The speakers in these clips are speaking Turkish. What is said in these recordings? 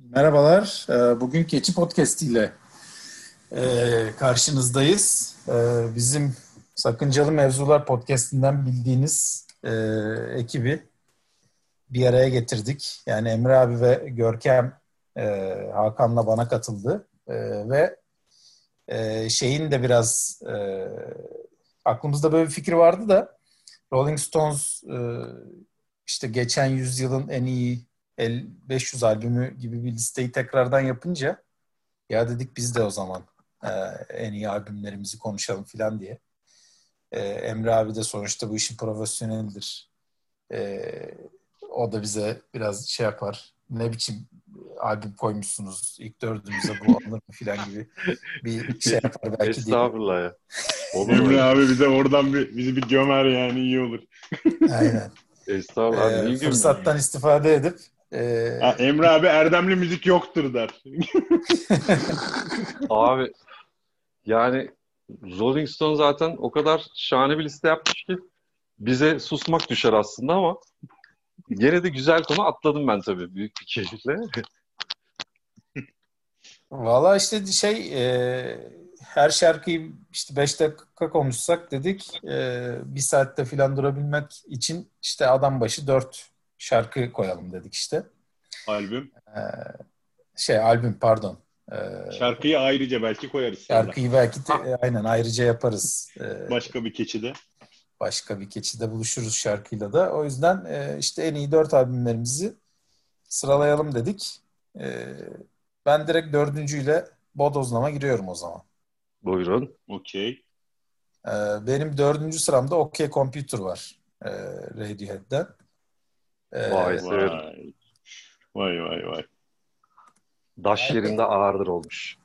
Merhabalar. Bugün Keçi Podcast ile karşınızdayız. Bizim Sakıncalı Mevzular Podcast'inden bildiğiniz ekibi bir araya getirdik. Yani Emre abi ve Görkem Hakan'la bana katıldı. Ve şeyin de biraz aklımızda böyle bir fikir vardı da Rolling Stones işte geçen yüzyılın en iyi 500 albümü gibi bir listeyi tekrardan yapınca ya dedik biz de o zaman e, en iyi albümlerimizi konuşalım filan diye. Emre abi de sonuçta bu işin profesyonelidir. E, O da bize biraz şey yapar. Ne biçim albüm koymuşsunuz ilk dördünüze bu alınır mı filan gibi bir şey yapar belki diye. Estağfurullah ya. Olur mu Emre öyle abi şey? bize oradan bizi bir gömer yani iyi olur. Aynen. Estağfurullah. Abi, niye gömeyim Fırsattan ya? istifade edip Ha, Emre abi Erdemli müzik yoktur der. Abi yani Rolling Stone zaten o kadar şahane bir liste yapmış ki bize susmak düşer aslında ama gene de güzel konu atladım ben tabii büyük bir keyifle. Valla işte her şarkıyı işte 5 dakika konuşsak dedik. Bir saatte falan durabilmek için işte adam başı 4 şarkı koyalım dedik işte. Albüm. E, Albüm pardon. E, Şarkıyı ayrıca belki koyarız sonra. Şarkıyı belki de aynen ayrıca yaparız. Başka bir keçide. Başka bir keçide buluşuruz şarkıyla da. O yüzden işte en iyi 4 albümlerimizi sıralayalım dedik. Ben direkt dördüncüyle bodozlama giriyorum o zaman. Buyurun. Okey. Benim dördüncü sıramda OK Computer var. Radiohead'den. Vay severim. Vay. Vay vay vay. Daş Yani yerinde ağırdır olmuş.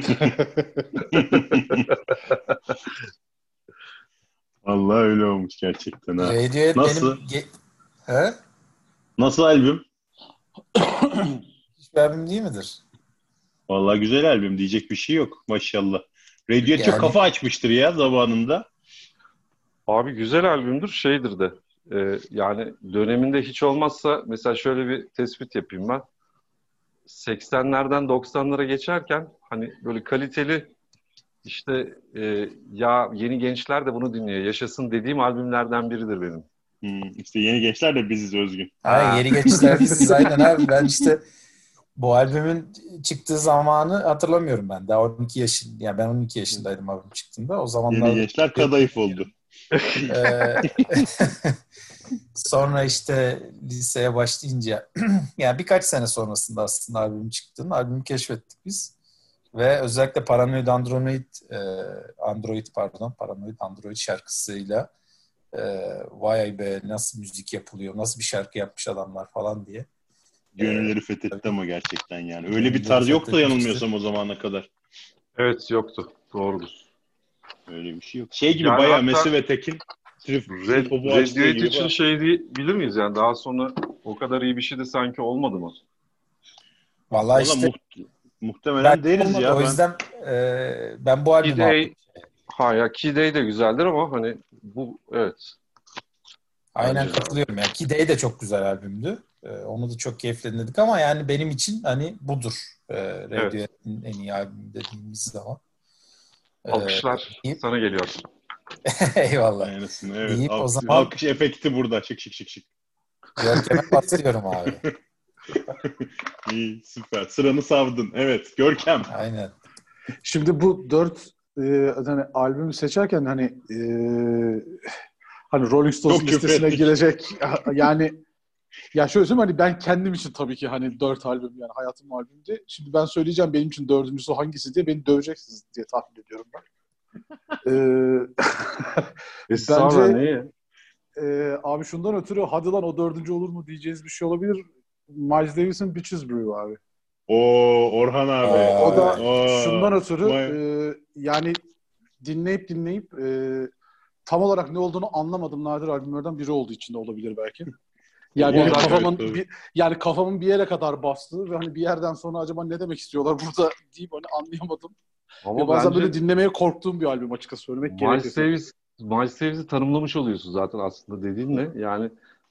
Vallahi öyle olmuş gerçekten ha. Radiohead Nasıl? He? Nasıl albüm? Hiçbir albüm değil midir? Vallahi güzel albüm diyecek bir şey yok. Maşallah. Radiohead çok Yani kafa açmıştır ya zamanında. Abi güzel albümdür şeydir de. Yani döneminde hiç olmazsa mesela şöyle bir tespit yapayım ben. 80'lerden 90'lara geçerken hani böyle kaliteli işte ya yeni gençler de bunu dinliyor. Yaşasın dediğim albümlerden biridir benim. İşte yeni gençler de biziz Özgün. aynen, Ha. yeni geçişler biziz aynen abi. Ben işte bu albümün çıktığı zamanı hatırlamıyorum ben. Daha 12 yaşın, yani ben 12 yaşındaydım albüm çıktığında. O Yeni zamanlar gençler kadayıf oldu. Ee, sonra işte liseye başlayınca yani birkaç sene sonrasında aslında albüm çıktığını, albümü keşfettik biz. Ve özellikle Paranoid Android şarkısıyla vay be nasıl müzik yapılıyor, nasıl bir şarkı yapmış adamlar falan diye Gönülleri fethetti tabii ama gerçekten yani. Öyle bir gönülleri tarz yoktu fethetmiştir. yanılmıyorsam o zamana kadar. Evet yoktu. Doğrudur. Öyle bir şey yok. Şey gibi Yani bayağı hatta Messi ve Tekin Street Pop'u açtığı Radiohead gibi için falan. şey bilir miyiz yani daha sonra o kadar iyi bir şey de sanki olmadı mı? Vallahi Valla işte muhtemelen belki deriz olmadı. ya O ben. yüzden ben bu Kid albümü A, aldım. ya Kid A de güzeldir ama hani bu evet Aynen bence de. katılıyorum. Yani Kid A de çok güzel albümdü. Onu da çok keyifle dinledik ama yani benim için hani budur. Evet. Radiohead'in en iyi albümü dediğimiz zaman. Ee, Alkışlar deyip sana geliyor. eyvallah. Aynısını evet. Deyip o Alkış, zaman alkış efekti burada. Şık şık şık şık. Görkem'e basıyorum abi. İyi süper. Sıranı savdın. Evet Görkem. Aynen. Şimdi bu dört hani albümü seçerken hani Rolling Stones Çok listesine küfrettik. girecek yani ya şöyle söyleyeyim hani ben kendim için tabii ki hani dört albüm yani hayatımın albümüydü. Şimdi ben söyleyeceğim benim için dördüncüsü hangisi diye beni döveceksiniz diye tahmin ediyorum ben. Estağfurullah Bence neye? abi şundan ötürü hadi lan o dördüncü olur mu diyeceğiniz bir şey olabilir. Miles Davis'in Bitches Brew abi. Oo Orhan abi. O Aa, da Oo. şundan ötürü Vay. yani dinleyip tam olarak ne olduğunu anlamadım nadir albümlerden biri olduğu için de olabilir belki. Yani benim Oradan Evet, kafamın tabii. kafamın bir yere kadar bastı ve hani bir yerden sonra acaba ne demek istiyorlar burada deyip hani anlayamadım. Ve ama bazen böyle bence dinlemeye korktuğum bir albüm açıkçası söylemek Miles gerekirse. Davis Miles Davis'i tanımlamış oluyorsun zaten aslında dediğinle. Yani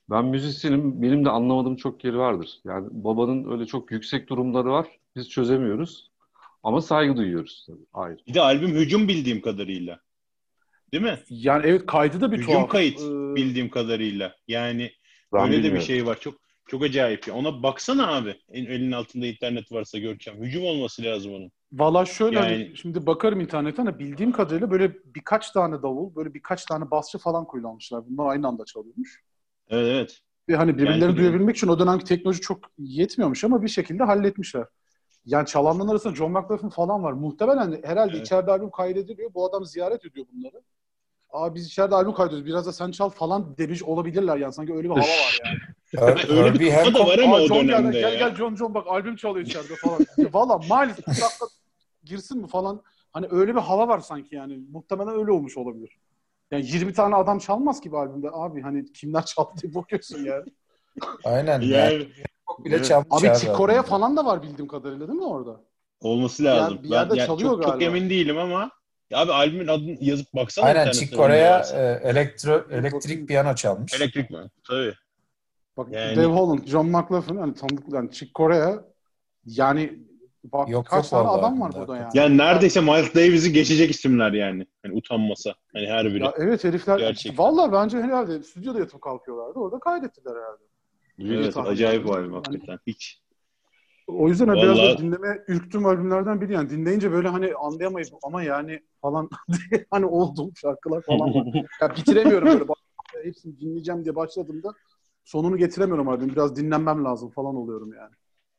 Ben müzisyenim. Benim de anlamadığım çok yeri vardır. Yani babanın öyle çok yüksek durumları var. Biz çözemiyoruz. Ama saygı duyuyoruz tabii. Hayır. Bir de albüm hücum bildiğim kadarıyla. Değil mi? Yani evet, kaydı da bir Hücum tuhaf. kayıt bildiğim kadarıyla. Yani Ben öyle de bir bilmiyorum. şey var. Çok çok acayip ya. Ona baksana abi. Elinin altında internet varsa Görkem. Hücum olması lazım onun. Valla şöyle Yani hani şimdi bakarım internetten de bildiğim kadarıyla böyle birkaç tane davul, böyle birkaç tane basçı falan kullanmışlar. Bunlar aynı anda çalıyormuş. evet evet. Ve hani birbirlerini Yani duyabilmek için o dönemki teknoloji çok yetmiyormuş ama bir şekilde halletmişler. Yani çalanların arasında John McLaughlin falan var. Muhtemelen herhalde Evet. içeride albüm kaydediliyor. Bu adam ziyaret ediyor bunları. Aa biz içeride albüm kaydediyoruz. Biraz da sen çal falan demiş olabilirler yani. Sanki öyle bir hava var yani. Öyle bir Herbie kafa da Hancock var ama Aa o John geldi. dönemde Gel ya. gel John bak albüm çalıyor içeride falan. Ya valla maalesef bir dakika girsin mi falan. Hani öyle bir hava var sanki yani. Muhtemelen öyle olmuş olabilir. Yani 20 tane adam çalmaz gibi albümde. Abi hani kimler çaldı diye bakıyorsun yani. Aynen yani Yani çok bile evet. çalmış Abi Chick Corea albümde. falan da var bildiğim kadarıyla değil mi orada? Olması lazım. Bir Ben yerde yani çalıyor çok galiba. emin değilim ama ya abi albümün adını yazıp baksana Aynen Chick internetten önünde Corea varsa. elektrik Bakayım. piyano çalmış. Elektrik mi? Tabii. Bak Dave Yani Holland, John McLaughlin hani tanıdık yani Chick Corea yani bak Yok kaç tane vallahi adam var albümde burada hakikaten. yani. yani Herifler neredeyse Miles Davis'i geçecek isimler yani. Hani utanmasa. Hani her biri. ya evet herifler işte Gerçekten. vallahi bence herhalde stüdyoda yatıp kalkıyorlardı. Orada kaydettiler herhalde. Öyle Evet tahmin acayip ediyorum. o albüm Yani hakikaten. Hiç. o yüzden hani biraz böyle Vallahi dinleme ürktüğüm albümlerden biri yani. Dinleyince böyle hani anlayamayıp ama yani falan diye hani olduğum şarkılar falan var. Ya bitiremiyorum böyle. Hepsini dinleyeceğim diye başladığımda sonunu getiremiyorum albüm. Biraz dinlenmem lazım falan oluyorum yani.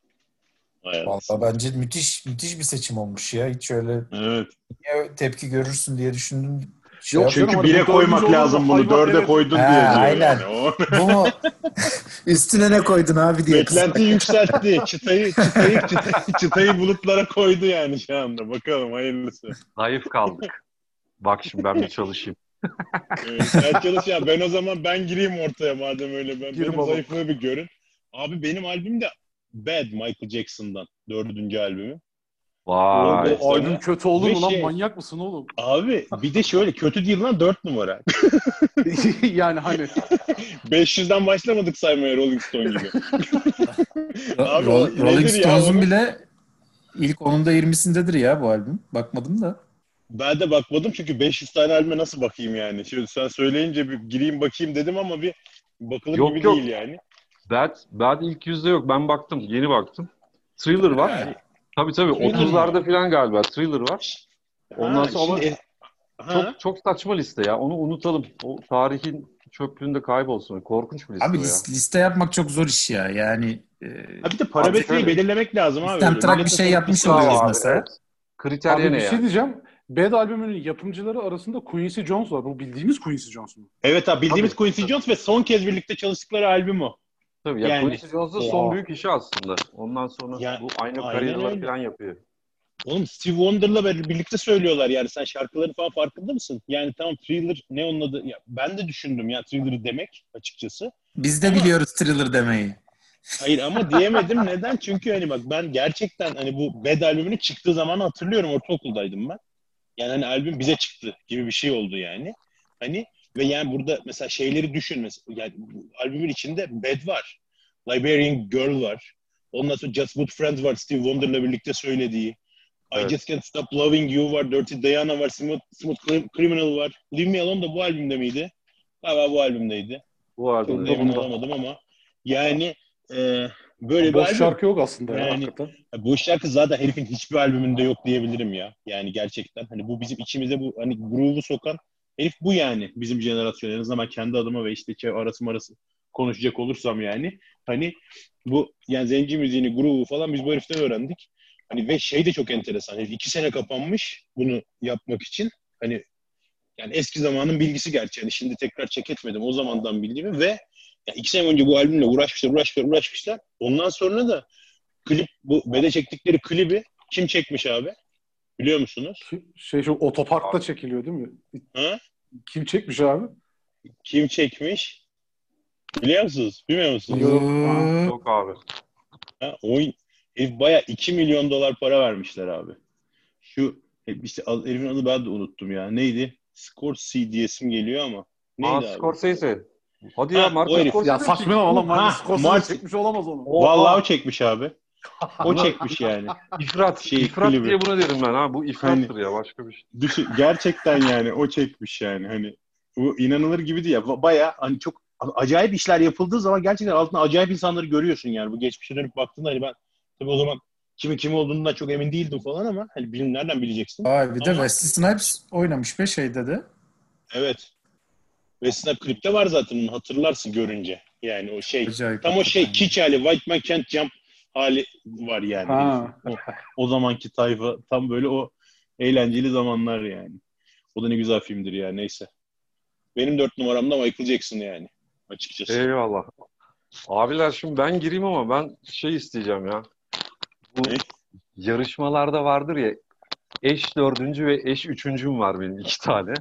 hay Vallahi anasını. bence müthiş bir seçim olmuş ya. Hiç öyle Evet. niye tepki görürsün diye düşündüm. Şey Yok yap. canım Çünkü hani bire bu dördüncü koymak olur mu? lazım bunu. Hayvan Dörde evet. koydun diye Ha, diyor aynen. yani. O Bu mu? Üstüne ne koydun abi diye beklentiyi kızar. yükseltti. Çıtayı bulutlara koydu yani şu anda. Bakalım hayırlısı. Zayıf kaldık. Bak şimdi ben bir çalışayım. Sen çalış ya. Ben o zaman gireyim ortaya madem öyle. Gir Benim babam. zayıflığı bir görün. Abi benim albüm de Bad Michael Jackson'dan. Dördüncü albümü. Vay. Ondan O albüm sonra kötü olur ve mu lan? Manyak mısın oğlum? abi bir de şöyle kötü değil lan 4 numara. Yani hani 500'den başlamadık saymaya Rolling Stone gibi. Abi o Rolling nedir ya Stones'un onun? bile ilk 10'unda 20'sindedir ya bu albüm. Bakmadım da. Ben de bakmadım çünkü 500 tane albüme nasıl bakayım yani. Şöyle sen söyleyince bir gireyim bakayım dedim ama bir bakılır Yok gibi yok. değil yani. Bad ilk yüzde yok. Ben baktım. Yeni baktım. Thriller var. Yani Tabii Thriller var. 30'larda falan galiba Thriller var. Ondan Ha sonra ama şimdi ha çok saçma liste ya. Onu unutalım. O tarihin çöplüğünde kaybolsun. Korkunç bir liste Abi o ya. liste yapmak çok zor iş ya. Yani ha bir de Abi parametreyi şöyle belirlemek lazım abi sistem öyle. track bir Millete şey sonra yapmış kızıyor. bravo oluyoruz abi. mesela. Evet. Kriterye abi ne bir şey yani? diyeceğim. Bad albümünün yapımcıları arasında Quincy Jones var. Bu bildiğimiz Quincy Jones mu? Evet abi bildiğimiz Tabii. Quincy Jones ve son kez birlikte çalıştıkları albüm o. Tabii ya Yani Quincy Jones'un son Oha. büyük işi aslında. Ondan sonra ya bu aynı aynen kariyerleri öyle. falan yapıyor. Oğlum Steve Wonder'la birlikte söylüyorlar yani. Sen şarkıların falan farkında mısın? Yani tamam Thriller ne onun adı? Ya, ben de düşündüm ya Thriller'ı demek açıkçası. Biz de Ama biliyoruz Thriller demeyi. hayır ama diyemedim. Neden? Çünkü hani bak ben gerçekten hani bu Bad albümünün çıktığı zamanı hatırlıyorum. Ortaokuldaydım ben. Yani hani albüm bize çıktı gibi bir şey oldu yani. Hani ve yani burada mesela şeyleri düşün mesela. Yani bu albümün içinde Bad var. Liberian Girl var. Ondan sonra Just Good Friends var. Steve Wonder'la birlikte söylediği. I Evet. Just Can't Stop Loving You var. Dirty Diana var. Smooth Criminal var. Leave Me Alone da bu albümde miydi? Galiba bu albümdeydi. Bu Çok da albümde. Bunda emin bunda. olamadım ama yani böyle bir Boş albüm. şarkı yok aslında ya Yani hakikaten. bu şarkı zaten herifin hiçbir albümünde yok diyebilirim ya. Yani gerçekten hani bu bizim içimize bu hani groove'u sokan herif bu yani bizim jenerasyon. En azından ben kendi adıma ve işte arası konuşacak olursam yani hani bu yani zenci müziğini, groove'u falan biz bu heriften öğrendik. Hani ve şey de çok enteresan. Herif 2 sene kapanmış bunu yapmak için. Hani yani eski zamanın bilgisi gerçi. Yani şimdi tekrar check etmedim o zamandan bildiğimi ve yani 2 sene önce bu albümle uğraşmışlar. Ondan sonra da bu Bede çektikleri klibi kim çekmiş abi? Biliyor musunuz? Şey şu otoparkta çekiliyor değil mi? Ha? Kim çekmiş abi? Kim çekmiş? Biliyor musunuz? Bilmiyor musunuz? Yok. Aa. Yok abi. Ha? Herif bayağı 2 milyon dolar para vermişler abi. Şu işte herifin adı ben de unuttum ya. Neydi? Scorsese diyesim geliyor ama. Neydi abi? Scorsese. Hadi ya, O Martin herif. Ya Scorsese mi çekti? saçmalama lan, Martin Scorsese Martin. çekmiş olamaz onu. Vallahi o çekmiş abi. O çekmiş yani. İfrat. Şey, İfrat klibi. diye buna derim ben ha. Bu ifrattır ya, başka bir şey. Düşün, gerçekten yani o çekmiş yani. Hani bu inanılır gibi değil ya. Baya hani çok acayip işler yapıldığı zaman gerçekten altında acayip insanları görüyorsun yani. Bu geçmişe dönüp baktığında hani ben tabii o zaman kim olduğundan çok emin değildim falan ama hani nereden bileceksin? Vay, bir de Ama Wesley Snipes oynamış be şeyde de. evet. Ve Snap klipte var zaten, onu hatırlarsın görünce. Yani o şey. Acayip Tam o şey hakikaten. kiç hali, White Man Can't Jump hali var yani. Ha. O zamanki tayfa tam böyle o eğlenceli zamanlar yani. O da ne güzel filmdir ya, neyse. Benim 4 numaramda Michael Jackson yani açıkçası. Eyvallah. Abiler şimdi ben gireyim ama ben şey isteyeceğim ya. Bu Ne? yarışmalarda vardır ya, eş dördüncü ve eş üçüncüm var benim 2 tane.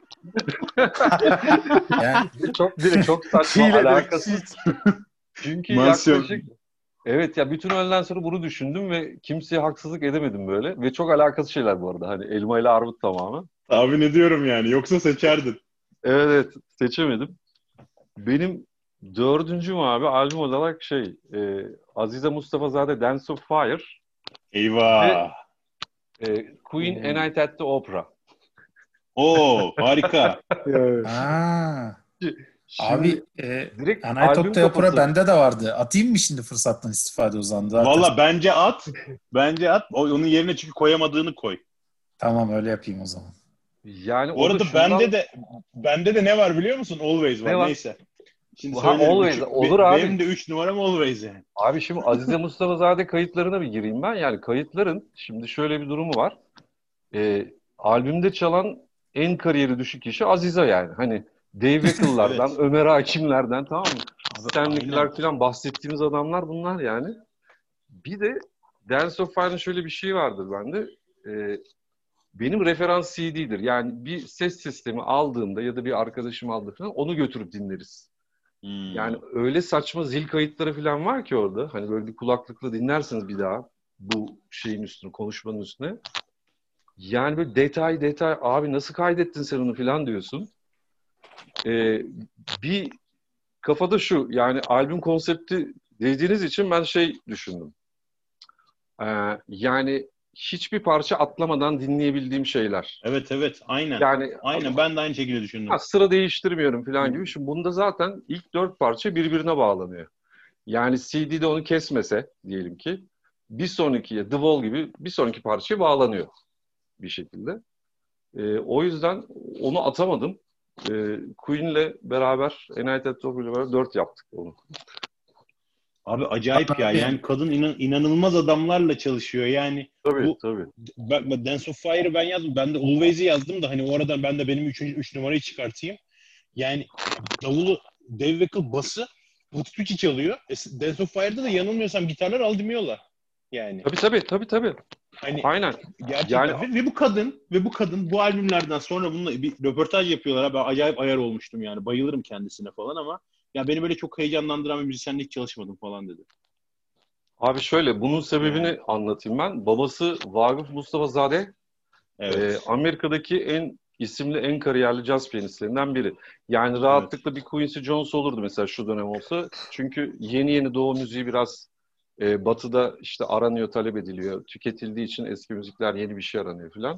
Yani Bir de çok saçma, Hile direkt alakasız. Çünkü Mansiyon. yaklaşık, evet ya, bütün öğleden sonra bunu düşündüm ve kimseye haksızlık edemedim böyle. Ve çok alakasız şeyler bu arada. Hani elma ile armut tamamen. Tahmin ediyorum yani. Yoksa seçerdin. Evet, seçemedim. Benim dördüncüm abi albüm olarak Azize Mustafa'zade Dance of Fire Eyvah. ve Queen A Night at the Opera. Oo, harika. ha. Şimdi Abi direkt A Night albüm at the Opera kafası. bende de vardı. Atayım mı şimdi fırsattan istifade o zaman? Zaten. Valla bence at. Bence at. Onun yerine çünkü koyamadığını koy. Tamam, öyle yapayım o zaman. Yani Bu o da arada şundan... bende de ne var biliyor musun? Always var. Ne var? Neyse. Şimdi Ha, söylerim. Always. Olur abi. Benim de 3 numaram Always yani. Abi şimdi Azize Mustafa'zade kayıtlarına bir gireyim ben. Yani kayıtların şimdi şöyle bir durumu var. Albümde çalan en kariyeri düşük kişi Azize yani. Hani Dave Wackel'lardan, Evet. Ömer Hakimler'den, tamam mı? Stanley aynen. Clarke falan bahsettiğimiz adamlar bunlar yani. Bir de Dance of Fire'ın şöyle bir şey vardır bende. Benim referans CD'dir. Yani bir ses sistemi aldığımda ya da bir arkadaşım aldı falan, onu götürüp dinleriz. Yani öyle saçma zil kayıtları falan var ki orada. Hani böyle bir kulaklıkla dinlersiniz bir daha bu şeyin üstüne, konuşmanın üstüne. Yani böyle detay abi nasıl kaydettin sen onu falan diyorsun. Bir kafada şu, yani albüm konsepti dediğiniz için ben düşündüm. Yani hiçbir parça atlamadan dinleyebildiğim şeyler. Evet. Aynen. Yani Aynen. Ben de aynı şekilde düşündüm. sıra değiştirmiyorum falan gibi. Şimdi bunda zaten ilk 4 parça birbirine bağlanıyor. Yani CD'de onu kesmese diyelim ki bir sonrakiye The Wall gibi bir sonraki parçaya bağlanıyor bir şekilde. O yüzden onu atamadım. Queen'le beraber, A Night at the Opera ile beraber 4 yaptık onu. Abi acayip ya. Abi. Yani kadın inanılmaz adamlarla çalışıyor. Yani Tabii. bak, Dance of Fire'ı ben yazdım. Ben de Always'i yazdım da hani o arada ben de benim 3 numarayı çıkartayım. Yani davulu Dave Weckl, bası Buttigieg çalıyor. Dance of Fire'da da yanılmıyorsam gitarlar Aldimiola. Yani. Tabii. Hani Aynen. gerçekten. Yani Ve bu kadın bu albümlerden sonra bununla bir röportaj yapıyorlar. Ben acayip ayar olmuştum yani. Bayılırım kendisine falan ama ya beni böyle çok heyecanlandıran bir müzisyenle hiç çalışmadım falan dedi. abi şöyle, bunun sebebini anlatayım ben. Babası Vagıf Mustafa'zade, Evet. Amerika'daki en isimli, en kariyerli caz piyanistlerinden biri. Yani rahatlıkla bir Quincy Jones olurdu mesela şu dönem olsa. Çünkü yeni doğu müziği biraz batıda işte aranıyor, talep ediliyor. Tüketildiği için eski müzikler, yeni bir şey aranıyor falan.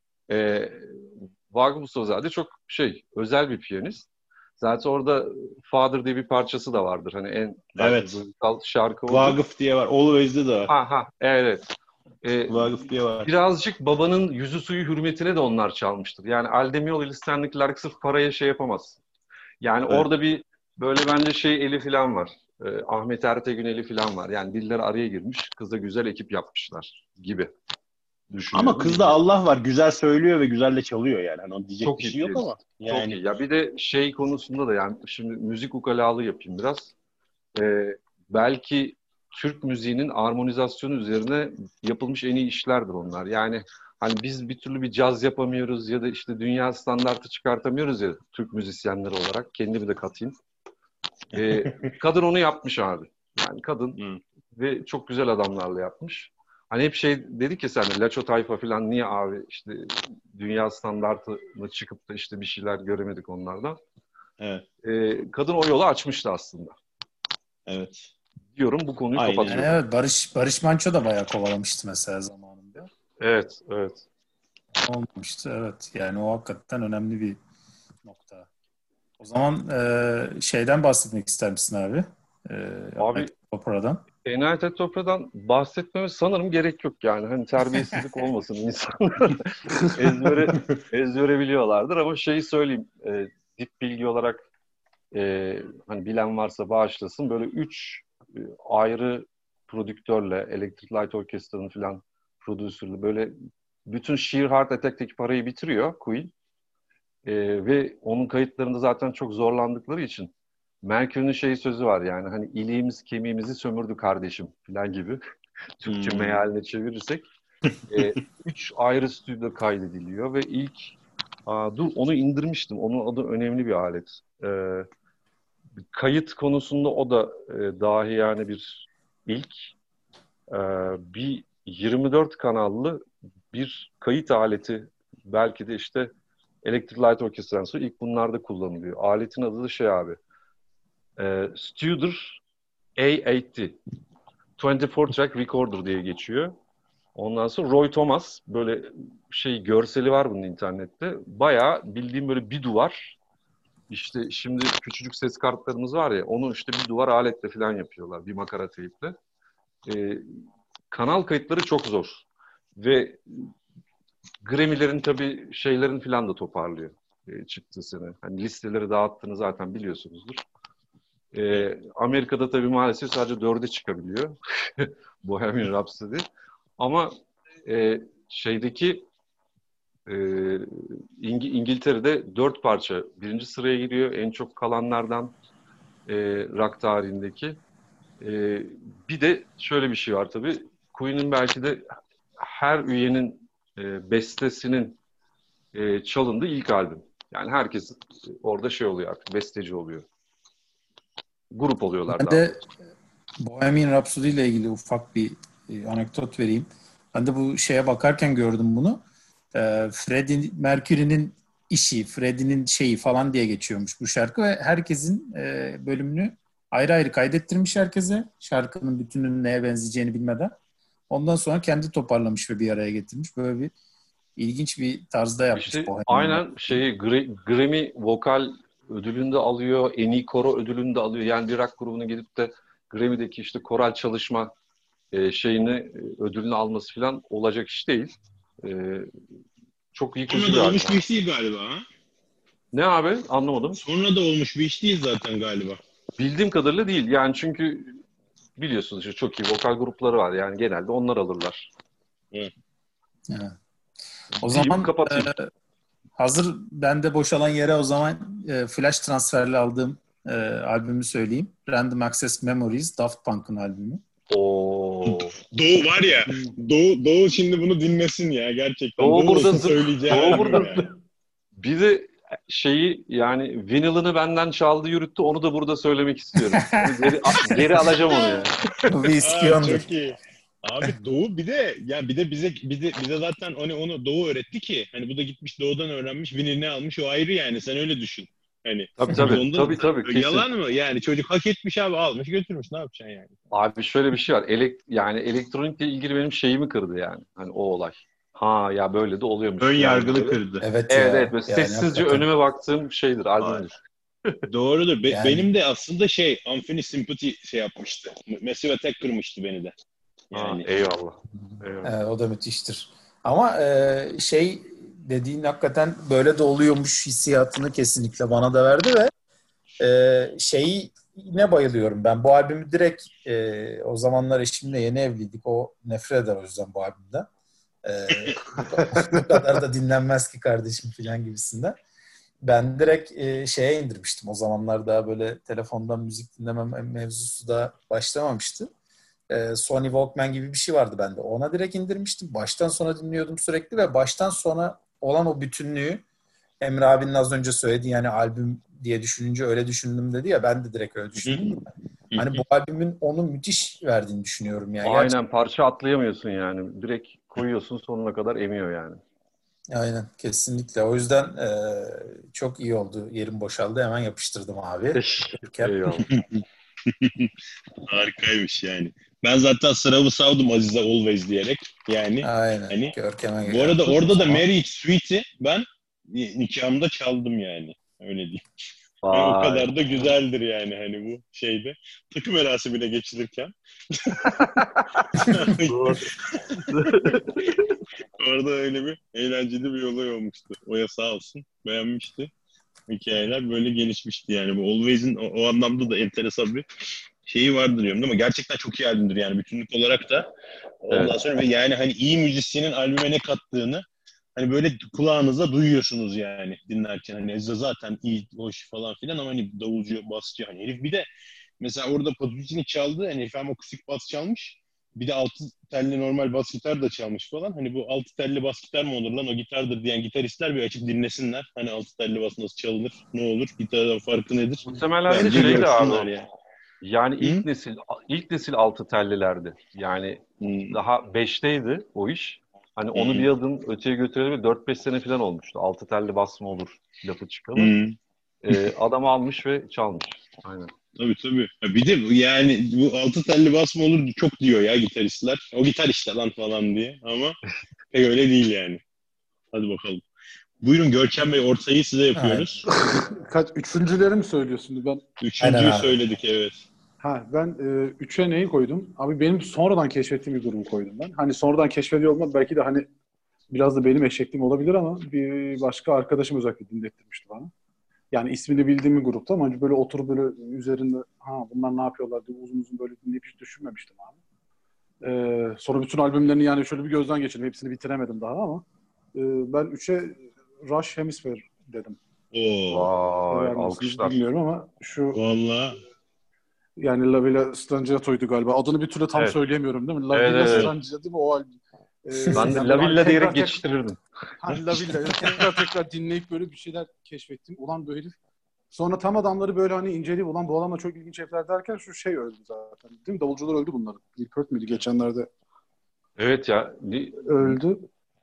Vagıf Mustafa'zade çok özel bir piyanist. Zaten orada Father diye bir parçası da vardır. Hani en belki duygusal şarkı odur. Vagıf diye var. Always'de de var. Evet. Vagıf diye var. Birazcık babanın yüzü suyu hürmetine de onlar çalmıştır. Yani Aldemiola ile Stanley Clarke sırf paraya yapamaz. Yani orada bir böyle bence eli falan var. Ahmet Ertegün eli falan var. Yani diller araya girmiş. Kıza güzel ekip yapmışlar gibi düşünüyorum. Ama kızda Allah var. Güzel söylüyor ve güzel de çalıyor yani. Hani onun diyecek çok bir iyi şey yok ama. Yani. Çok iyi. Ya bir de konusunda da, yani şimdi müzik ukalalığı yapayım biraz. Belki Türk müziğinin armonizasyonu üzerine yapılmış en iyi işlerdir onlar. Yani hani biz bir türlü bir caz yapamıyoruz ya da işte dünya standartı çıkartamıyoruz ya Türk müzisyenleri olarak. Kendimi de katayım. Kadın onu yapmış abi. Yani kadın ve çok güzel adamlarla yapmış. Hani hep dedik ya sen, Laço Tayfa falan niye abi işte dünya standartına çıkıp da işte bir şeyler göremedik onlardan. Evet. Kadın o yolu açmıştı aslında. Evet. Diyorum, bu konuyu Aynen. kapatıyorum. Yani evet, Barış Manço da bayağı kovalamıştı mesela zamanında. Evet. Olmamıştı, evet. Yani o hakikaten önemli bir nokta. O zaman şeyden bahsetmek ister misin abi? Abi, Opera'dan. United Topra'dan bahsetmemiz sanırım gerek yok yani. Hani terbiyesizlik olmasın, insanlar ezbere biliyorlardır ama şeyi söyleyeyim. Dip bilgi olarak hani bilen varsa bağışlasın. Böyle 3 ayrı prodüktörle, Electric Light Orchestra'nın falan prodüsörlü böyle bütün Sheer Heart Attack'teki parayı bitiriyor Queen. Ve onun kayıtlarında zaten çok zorlandıkları için Mercury'nin şey sözü var yani hani iliğimiz kemiğimizi sömürdü kardeşim falan gibi. Türkçe mealine çevirirsek. 3 ayrı stüdyoda kaydediliyor ve ilk onu indirmiştim. Onun adı önemli bir alet. Kayıt konusunda o da dahi yani bir ilk. Bir 24 kanallı bir kayıt aleti, belki de işte Electric Light Orchestra'dan sonra ilk bunlarda kullanılıyor. Aletin adı da şey abi. Studer A80. 24 track recorder diye geçiyor. Ondan sonra Roy Thomas, böyle şey görseli var bunun internette. Bayağı bildiğim böyle bir duvar. İşte şimdi küçücük ses kartlarımız var ya, onu işte bir duvar aletle falan yapıyorlar. Bir makara teyiple. Kanal kayıtları çok zor. Ve Grammy'lerin tabii şeylerin falan da toparlıyor çıktığı sene. Hani listeleri dağıttığını zaten biliyorsunuzdur. Amerika'da tabii maalesef sadece 4'e çıkabiliyor. Bohemian Rhapsody. Ama şeydeki İngiltere'de 4 parça birinci sıraya giriyor. En çok kalanlardan rock tarihindeki. Bir de şöyle bir şey var tabii. Queen'in belki de her üyenin bestesinin çalındığı ilk albüm. Yani herkes orada şey oluyor artık, besteci oluyor. Grup oluyorlar Ben daha de doğrusu. Bohemian Rhapsody ile ilgili ufak bir anekdot vereyim. Ben de bu şeye bakarken gördüm bunu. Freddie Mercury'nin işi, Freddie'nin şeyi falan diye geçiyormuş bu şarkı ve herkesin bölümünü ayrı ayrı kaydettirmiş herkese. Şarkının bütününün neye benzeyeceğini bilmeden. Ondan sonra kendi toparlamış ve bir araya getirmiş. Böyle bir ilginç bir tarzda yapmış İşte Bohemian aynen Rhapsody. şeyi Grammy vokal ödülünü de alıyor, en iyi koro ödülünü de alıyor. Yani bir rock grubunun gidip de Grammy'deki işte koral çalışma ödülünü alması falan olacak iş değil. E, Çok Sonra yıkıcı bir da albüm. olmuş bir iş değil galiba ha? Ne abi? Anlamadım. Sonra da olmuş bir iş değil zaten galiba. Bildiğim kadarıyla değil. Yani çünkü biliyorsunuz işte çok iyi vokal grupları var. Yani genelde onlar alırlar. Evet. Evet. O Diyeyim, zaman kapatayım. hazır bende boşalan yere o zaman flash transferle aldığım albümü söyleyeyim. Random Access Memories, Daft Punk'ın albümü. Oo. Doğu var ya, Doğu şimdi bunu dinlesin ya gerçekten. Doğu Doğu burada olsun söyleyeceği Doğu albüm burada yani. bir de şeyi yani vinyl'ını benden çaldı yürüttü, onu da burada söylemek istiyorum. Onu geri alacağım onu ya. Bu bir Aa, iskiyondur. çok iyi. Abi Doğu bir de ya bir de bize zaten onu Doğu öğretti ki hani bu da gitmiş Doğu'dan öğrenmiş vinilini almış o ayrı yani sen öyle düşün. Hani biz ondan Tabii kesin. yalan mı? Yani çocuk hak etmiş abi almış götürmüş ne yapacaksın yani? Abi şöyle bir şey var. Yani elektronikle ilgili benim şeyimi kırdı yani. Hani o olay. Ha ya, böyle de oluyormuş Ön falan gibi yargılı böyle. kırdı. Evet Evet, ya. böyle Yani sessizce hakikaten. önüme baktığım şeydir, albümdür. Doğrudur. Yani Benim de aslında Unfinished Sympathy şey yapmıştı. Massive Attack kırmıştı beni de. Ha, Yani eyvallah. Eyvallah. o da müthiştir. Ama şey dediğin hakikaten böyle de oluyormuş hissiyatını kesinlikle bana da verdi ve şeyi ne bayılıyorum ben. Bu albümü direkt o zamanlar eşimle yeni evliydik. O nefret eder o yüzden bu albümden. E, bu kadar da dinlenmez ki kardeşim falan gibisinden. Ben direkt şeye indirmiştim. O zamanlar daha böyle telefondan müzik dinleme mevzusu da başlamamıştı. Sony Walkman gibi bir şey vardı bende. Ona direkt indirmiştim. Baştan sona dinliyordum sürekli ve baştan sona olan o bütünlüğü Emre abinin az önce söylediği yani albüm diye düşününce öyle düşündüm dedi ya ben de direkt öyle düşündüm. Hani bu albümün onu müthiş verdiğini düşünüyorum ya. Gerçekten Aynen, parça atlayamıyorsun yani. Direkt koyuyorsun, sonuna kadar emiyor yani. Aynen, kesinlikle. O yüzden çok iyi oldu. Yerim boşaldı. Hemen yapıştırdım abi. Görkem. Eyvallah. Harikaymış yani. Ben zaten sıramı savdım Azize Always diyerek. Yani Aynen. hani Görkem'e bu arada yaptık o orada da zaman. Marriage Suite'i ben nikahımda çaldım yani. Öyle diyeyim. Hani o Vay. kadar da güzeldir yani hani bu şeyde. Takım merasimine geçilirken. Doğru. Orada öyle bir eğlenceli bir olay olmuştu. Oya sağ olsun. Beğenmişti. Hikayeler böyle gelişmişti yani. Bu Always'in o anlamda da enteresan bir şeyi vardır diyorum ama gerçekten çok iyi albümdür yani bütünlük olarak da. Ondan Evet. sonra ve yani hani iyi müzisyenin albüme ne kattığını hani böyle kulağınıza duyuyorsunuz yani dinlerken. Hani Ezra zaten iyi, hoş falan filan ama hani davulcu, basçı hani herif bir de mesela orada Patucci'ni çaldı. Hani herif hem akustik bas çalmış. Bir de altı telli normal bas gitar da çalmış falan. Hani bu altı telli bas gitar mı olur lan o gitardır diyen gitaristler bir açıp dinlesinler. Hani altı telli bas nasıl çalınır, ne olur, gitardan farkı nedir? Muhtemelen de Bence şeydi abi görsünler o. yani. Yani Hı? ilk nesil altı tellilerdi. Yani Hı. daha beşteydi o iş. Hani onu Hı. bir adım öteye götürelim 4-5 sene falan olmuştu. Altı telli basma olur lafı çıkalı. Hı. Adam almış ve çalmış. Aynen. Tabii tabii. Ha, bir de yani bu altı telli bas mı olur çok diyor ya gitaristler. O gitar işte lan falan diye ama pek öyle değil yani. Hadi bakalım. Buyurun Görkem Bey ortayı size Aynen. yapıyoruz. Üçüncüleri mi söylüyorsun? Aynen Üçüncüyü abi. söyledik evet. Ben üçe neyi koydum? Abi benim sonradan keşfettiğim bir grubu koydum ben. Hani sonradan keşfediyor olmam belki de hani biraz da benim eşekliğim olabilir ama bir başka arkadaşım özellikle dinlettirmişti bana. Yani ismini bildiğim bir grupta ama hani böyle oturup böyle üzerinde bunlar ne yapıyorlar diye uzun uzun böyle dinleyip hiç düşünmemiştim abi. Sonra bütün albümlerini yani şöyle bir gözden geçirdim. Hepsini bitiremedim daha ama ben üçe Rush Hemisphere dedim. Oo. Vay, Sever misiniz alkışlar. bilmiyorum ama şu Valla yani La Villa Strangiato'ydu galiba. Adını bir türlü tam Evet. söyleyemiyorum değil mi? La Evet, Villa evet, evet. evet. Strangia değil mi o albüm? Ben de Yani La böyle hani Villa diyerek tekrar geçiştirirdim. La Villa yani tekrar dinleyip böyle bir şeyler keşfettim. Ulan bu herif. Sonra tam adamları böyle hani inceleyip ulan bu adamla çok ilginç herifler derken şu şey öldü zaten. Değil mi? Davulcular öldü bunların. Neil Peart miydi? Geçenlerde Evet ya. öldü.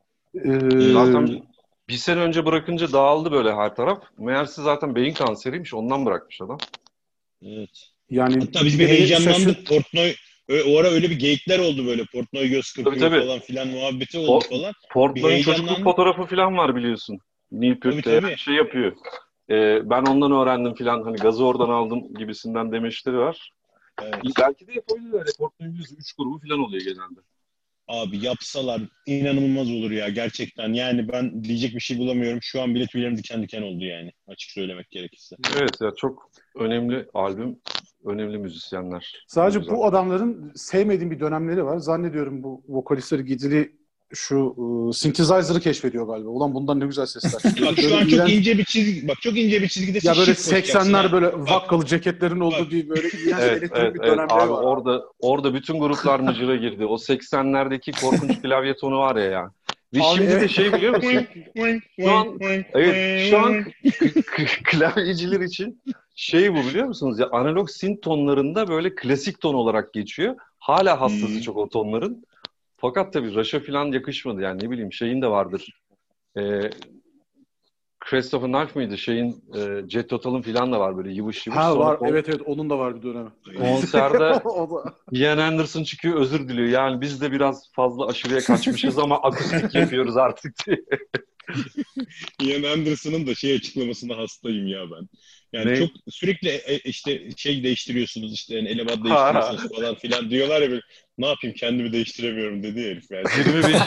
Evet. Zaten bir sene önce bırakınca dağıldı böyle her taraf. Meğerse zaten beyin kanseriymiş. Ondan bırakmış adam. Evet. Yani Hatta biz bir beni heyecanlandık. Portnoy o ara öyle bir geyikler oldu böyle. Portnoy göz Tabii, kırpıyor tabii. falan filan muhabbeti oldu falan. Bir Portnoy'un çocukluk heyecanlandık. fotoğrafı falan var biliyorsun. Neil Tabii Peart de tabii. yani şey yapıyor. Ben ondan öğrendim falan. Hani gazı oradan aldım gibisinden demeçleri var. Evet. Belki de yapabilirler. Portnoy'un biliyorsun 3 grubu falan oluyor genelde. Abi yapsalar inanılmaz olur ya gerçekten. Yani ben diyecek bir şey bulamıyorum. Şu an bile tüylerim diken diken oldu yani. Açık söylemek gerekirse. Evet ya, çok önemli albüm. Önemli müzisyenler. O sadece yüzden. bu adamların sevmediğim bir dönemleri var. Zannediyorum bu vokalistleri gidili şu synthesizer'ı keşfediyor galiba. Ulan bundan ne güzel sesler Bak çıkıyordu. şu Böyle an çok iğrenç ince bir çizgi. Bak çok ince bir çizgidesin. ya böyle Shift basacaksın 80'ler ha. böyle Bak vakkalı ceketlerin bak. olduğu bir böyle iğrenç Evet, elektronik evet, bir evet. dönemleri Abi var abi. orada bütün gruplar mıcıra girdi. O 80'lerdeki korkunç klavye tonu var ya. Ve Abi şimdi de evet. şey biliyor musun? Şu an klavyeciler için şey bu biliyor musunuz? Ya analog synth tonlarında böyle klasik ton olarak geçiyor. Hala hastası Hmm. çok o tonların. Fakat tabii Rush'a falan yakışmadı. Yani ne bileyim şeyin de vardır. Ee, Christopher Knife mıydı? Jet Total'ın falan da var böyle yıvış yıvış. Ha Sonra var. Evet evet onun da var bir dönemi. konserde O da. Ian Anderson çıkıyor özür diliyor. Yani biz de biraz fazla aşırıya kaçmışız ama akustik yapıyoruz artık diye. Ian Anderson'ın da şey açıklamasına hastayım ya ben. Yani Ne? çok sürekli işte şey değiştiriyorsunuz işte yani eleman Ha, değiştiriyorsunuz falan filan diyorlar ya böyle ne yapayım kendimi değiştiremiyorum dedi herif yani. 25.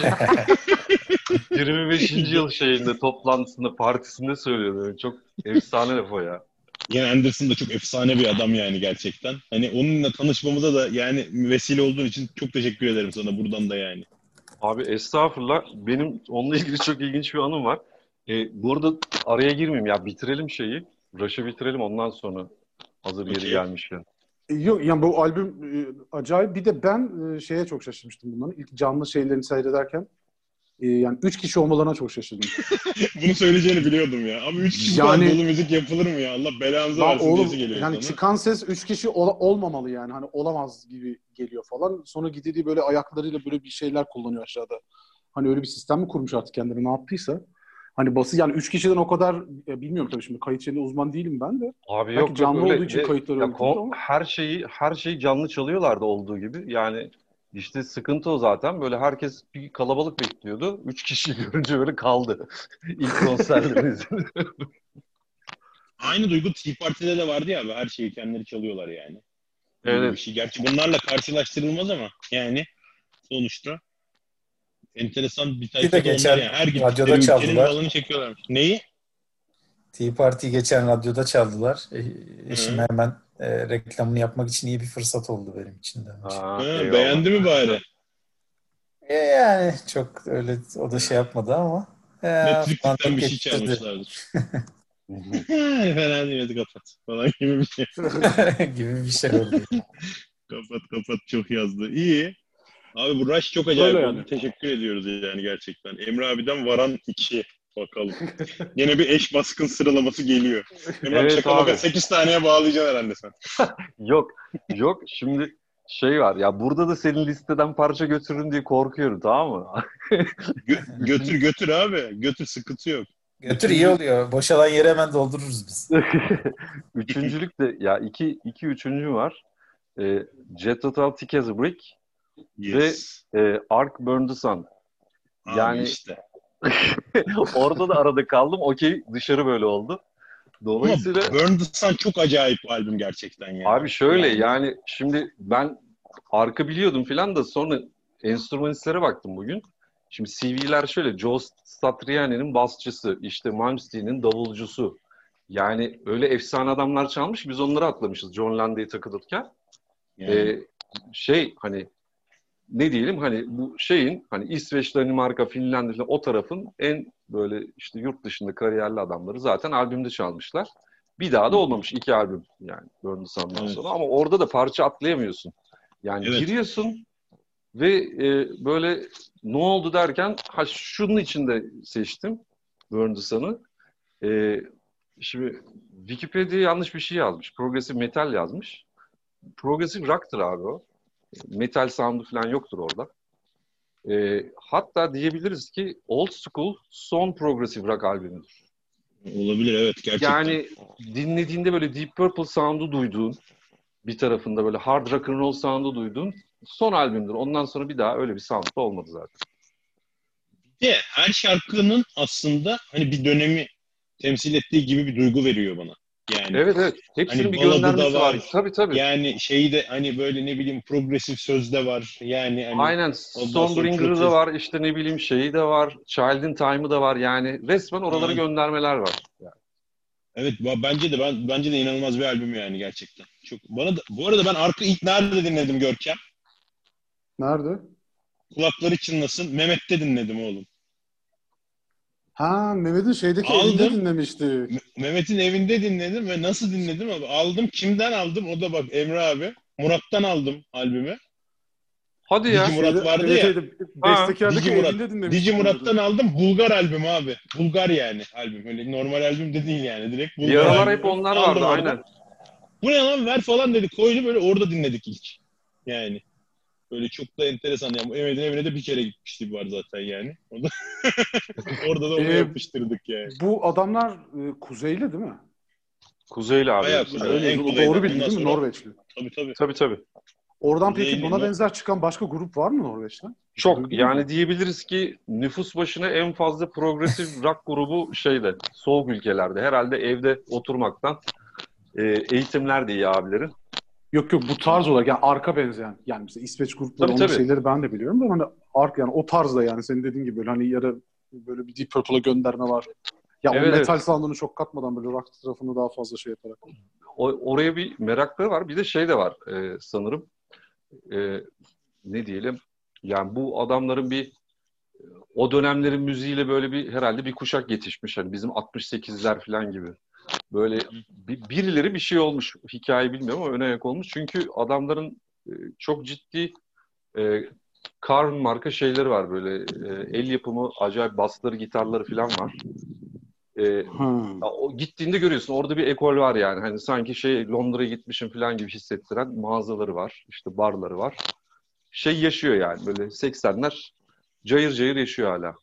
25. yıl toplantısında partisinde söylüyordu. Çok efsane laf o ya. Ian Anderson da çok efsane bir adam yani gerçekten. Hani onunla tanışmamıza da yani vesile olduğun için çok teşekkür ederim sana buradan da yani. Abi estağfurullah. Benim onunla ilgili çok ilginç bir anım var. Bu arada araya girmeyeyim ya, bitirelim şeyi. Rush'ı bitirelim ondan sonra hazır yeri Okey. gelmişken. Yok yani bu albüm acayip. Bir de ben şeye çok şaşırmıştım bunların. İlk canlı şeylerini seyrederken. Yani 3 kişi olmalarına çok şaşırdım. Bunu söyleyeceğini biliyordum ya. Ama 3 kişi bu kadar dolu Yani müzik yapılır mı ya? Allah belanızı lan versin oğlum diyesi geliyor yani sana. çıkan ses 3 kişi olmamalı yani. Hani olamaz gibi geliyor falan. Sonra gidildiği böyle ayaklarıyla böyle bir şeyler kullanıyor aşağıda. Hani öyle bir sistem mi kurmuş artık kendine ne yaptıysa. Hani bası yani 3 kişiden o kadar bilmiyorum tabii şimdi kayıt şeyinde uzman değilim ben de. Abi Belki yok canlı olduğu öyle için ve kayıtları ya öyledir ama. her şeyi canlı çalıyorlardı olduğu gibi. Yani işte sıkıntı o zaten. Böyle herkes bir kalabalık bekliyordu. 3 kişi görünce böyle kaldı. İlk konserleriniz. Aynı duygu Tea Party'de de vardı ya abi. Her şeyi kendileri çalıyorlar yani. Gibi bir Evet. şey. Gerçi bunlarla karşılaştırılmaz ama yani sonuçta enteresan bir Bir de tayfa da onlar geçen yani. Her gittikleri radyoda ülkenin çaldılar. malını çekiyorlarmış. Neyi? Tea Party geçen radyoda çaldılar. Eşime Hı. hemen reklamını yapmak için iyi bir fırsat oldu benim için de. Aa, Hı, eyvallah. beğendi mi bari? Yani çok öyle o da şey yapmadı ama Ne falan triptikten bir şey geçtirdi çalmışlardır. Fena değil, hadi kapat falan gibi bir şey. gibi bir şey oldu. Kapat kapat, çok yazdı. İyi. Abi bu Rush çok Öyle acayip yani. oldu. Teşekkür ediyoruz yani gerçekten. Emre abiden Varan 2. Bakalım. Yine bir eş baskın sıralaması geliyor. Emre abi Evet şaka maka abi. 8 taneye bağlayacaksın herhalde sen. Yok. Yok. Şimdi şey var. Ya burada da senin listeden parça götürürüm diye korkuyorum, tamam mı? Götür götür abi. Götür, sıkıntı yok. Götür iyi Üçüncü. oluyor. Boşalan yere hemen doldururuz biz. Üçüncülük de ya iki üçüncü var. Jet Total Thick as a Brick ve Yes. Ark Burn the Sun. Abi Yani işte. orada da arada kaldım. Okey, dışarı böyle oldu. Ama Dolayısıyla Burn the Sun çok acayip bir albüm gerçekten ya. abi şöyle yani şimdi ben Ark'ı biliyordum filan da sonra enstrümanistlere baktım bugün. Şimdi CV'ler şöyle: Joe Satriani'nin basçısı, işte Malmsteen'in davulcusu. Yani öyle efsane adamlar çalmış ki biz onları atlamışız John Landay'e takılırken. Yani. Hani ne diyelim, hani bu şeyin hani İsveç, Danimarka, Finlandiya o tarafın en böyle işte yurt dışında kariyerli adamları zaten albümde çalmışlar. Bir daha da olmamış 2 albüm yani Burn the Sun'dan Evet. sonra, ama orada da parça atlayamıyorsun. Yani Evet. giriyorsun ve böyle ne oldu derken şunun için de seçtim Burn the Sun'ı. E, Şimdi Wikipedia yanlış bir şey yazmış. Progressive metal yazmış. Progressive rock'tır abi o. Metal sound'u falan yoktur orada. Hatta diyebiliriz ki old school son progressive rock albümüdür. Olabilir, evet, gerçekten. Yani dinlediğinde böyle Deep Purple sound'u duyduğun, bir tarafında böyle hard rock and roll sound'u duyduğun son albümdür. Ondan sonra bir daha öyle bir sound da olmadı zaten. Her şarkının aslında hani bir dönemi temsil ettiği gibi bir duygu veriyor bana. Yani Evet evet. Hepsinin hani bir baladı da göndermesi var. var. Tabii tabii. Yani şeyi de hani böyle ne bileyim progresif sözde var. Yani hani Aynen. ondan sonra Stormbringer'ı da protest. var. İşte ne bileyim şeyi de var. Child in Time'ı da var. Yani resmen oralara Ha, göndermeler var. Yani. evet, bence de inanılmaz bir albüm yani gerçekten. Çok bana da, bu arada ben Ark'ı ilk nerede dinledim Görkem? Nerede? Kulakları çınlasın. Mehmet'te dinledim oğlum. Ha, Mehmet'in şeydeki evinde Aldım. dinlemişti. Mehmet'in evinde dinledim ve nasıl dinledim abi? Aldım. Kimden aldım? O da bak, Emre abi. Murat'tan aldım albümü. Hadi Dici ya. Murat vardı Evet ya. evet, Ha. bestekardaki Dici Murat. evinde Dici dinlemiştik Murat'tan Mehmet'in. aldım. Bulgar albümü abi. Bulgar yani albüm. Öyle normal albüm de değil yani. Direkt Bir Bulgar aralar hep albümü. onlar Aldım vardı oradan. aynen. Bu ne lan, ver falan dedi. Koydu, böyle orada dinledik ilk. Yani. Böyle çok da enteresan. Yani Mehmet'in evine de bir kere gitmişliği var zaten yani. Orada da onu Ee, yapıştırdık yani. bu adamlar kuzeyli değil mi? Kuzeyli abi. Bayağı Hepsi. Ha, kuzey. öyle En o kuzeyden. doğru bildi Ondan değil mi? sonra Norveçli. tabii. Tabii tabii. Oradan peki Kuzeyli. buna benzer çıkan başka grup var mı Norveç'ten? Hiç Çok. duydun mu? Yani diyebiliriz ki nüfus başına en fazla progresif rock grubu şeyde, soğuk ülkelerde. Herhalde evde oturmaktan eğitimler de iyi abilerin. Yok bu tarz olarak yani arka benzeyen. Yani mesela İsveç grupları Tabii onun tabii. şeyleri ben de biliyorum da hani ark yani o tarzda yani senin dediğin gibi böyle hani ya da böyle bir Deep Purple'a gönderme var. Ya o Evet metal evet. sound'unu çok katmadan böyle rock tarafını daha fazla şey yaparak. Oraya bir merakları var. Bir de şey de var sanırım. E, Ne diyelim? Yani bu adamların bir o dönemlerin müziğiyle böyle bir herhalde bir kuşak yetişmiş. Hani bizim 68'ler falan gibi. Böyle birileri bir şey olmuş. Hikaye bilmiyorum ama öne ayak olmuş. Çünkü adamların çok ciddi e, Karn marka şeyleri var böyle. El yapımı acayip basları, gitarları falan var. Hmm. O gittiğinde görüyorsun orada bir ekol var yani. Hani sanki Londra'ya gitmişim falan gibi hissettiren mağazaları var. İşte barları var. Yaşıyor yani böyle 80'ler cayır cayır yaşıyor hala.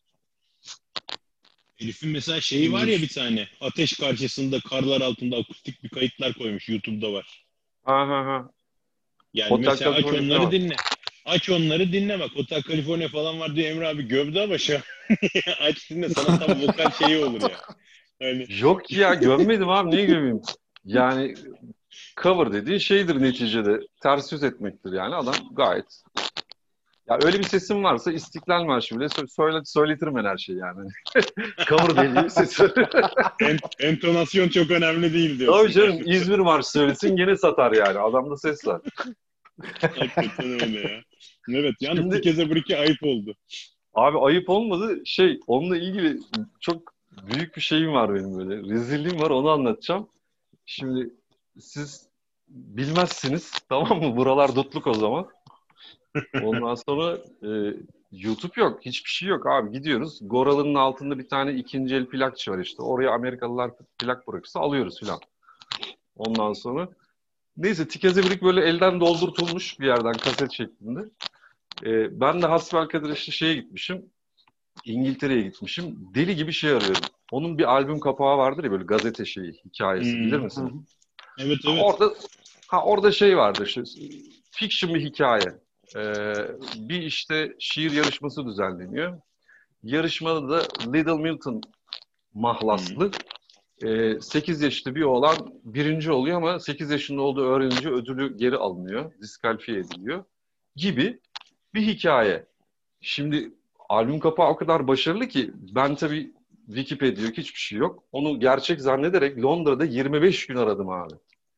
Herifin mesela şeyi var ya bir tane. Ateş karşısında karlar altında akustik bir kayıtlar koymuş. YouTube'da var. Ha. Yani Hotel mesela aç California'da onları var. dinle. Aç onları dinle bak. Hotel California falan var diye Emre abi gövdü ama şu an aç dinle sana tam vokal şeyi olur ya. Yani Yok ya, gömmedim abi, niye gömeyim? Yani cover dediği şeydir neticede. Ters yüz etmektir yani, adam gayet. Ya öyle bir sesim varsa İstiklal Marşı bile söyletirim ben her şeyi yani. Cover dediği sesi. entonasyon çok önemli değil diyorsun. Tabii canım, İzmir Marşı söylesin gene satar yani. Adamda ses var. Hakikaten öyle ya. Evet yalnız Şimdi Tikeze Briki ayıp oldu. abi ayıp olmadı. Onunla ilgili çok büyük bir şeyim var benim böyle. Rezilliğim var, onu anlatacağım. Şimdi siz bilmezsiniz, tamam mı? Buralar dutluk o zaman. Ondan sonra YouTube yok. Hiçbir şey yok abi. Gidiyoruz. Goralı'nın altında bir tane ikinci el plakçı var işte. Oraya Amerikalılar plak bırakırsa alıyoruz filan. Ondan sonra neyse, Tikezebirik böyle elden doldurtulmuş bir yerden kaset şeklinde. Ben de hasbelkader işte şeye gitmişim. İngiltere'ye gitmişim. Deli gibi şey arıyorum. Onun bir albüm kapağı vardır ya, böyle gazete şeyi, hikayesi. Bilir misin? Evet. Orada şey vardı işte. Fiction bir hikaye. Bir işte şiir yarışması düzenleniyor. Yarışmada da Little Milton mahlaslı 8 yaşlı bir oğlan birinci oluyor ama 8 yaşında olduğu öğrenince ödülü geri alınıyor. Diskalifiye ediliyor gibi bir hikaye. Şimdi albüm kapağı o kadar başarılı ki ben tabii Wikipedia yok, hiçbir şey yok. Onu gerçek zannederek Londra'da 25 gün aradım abi.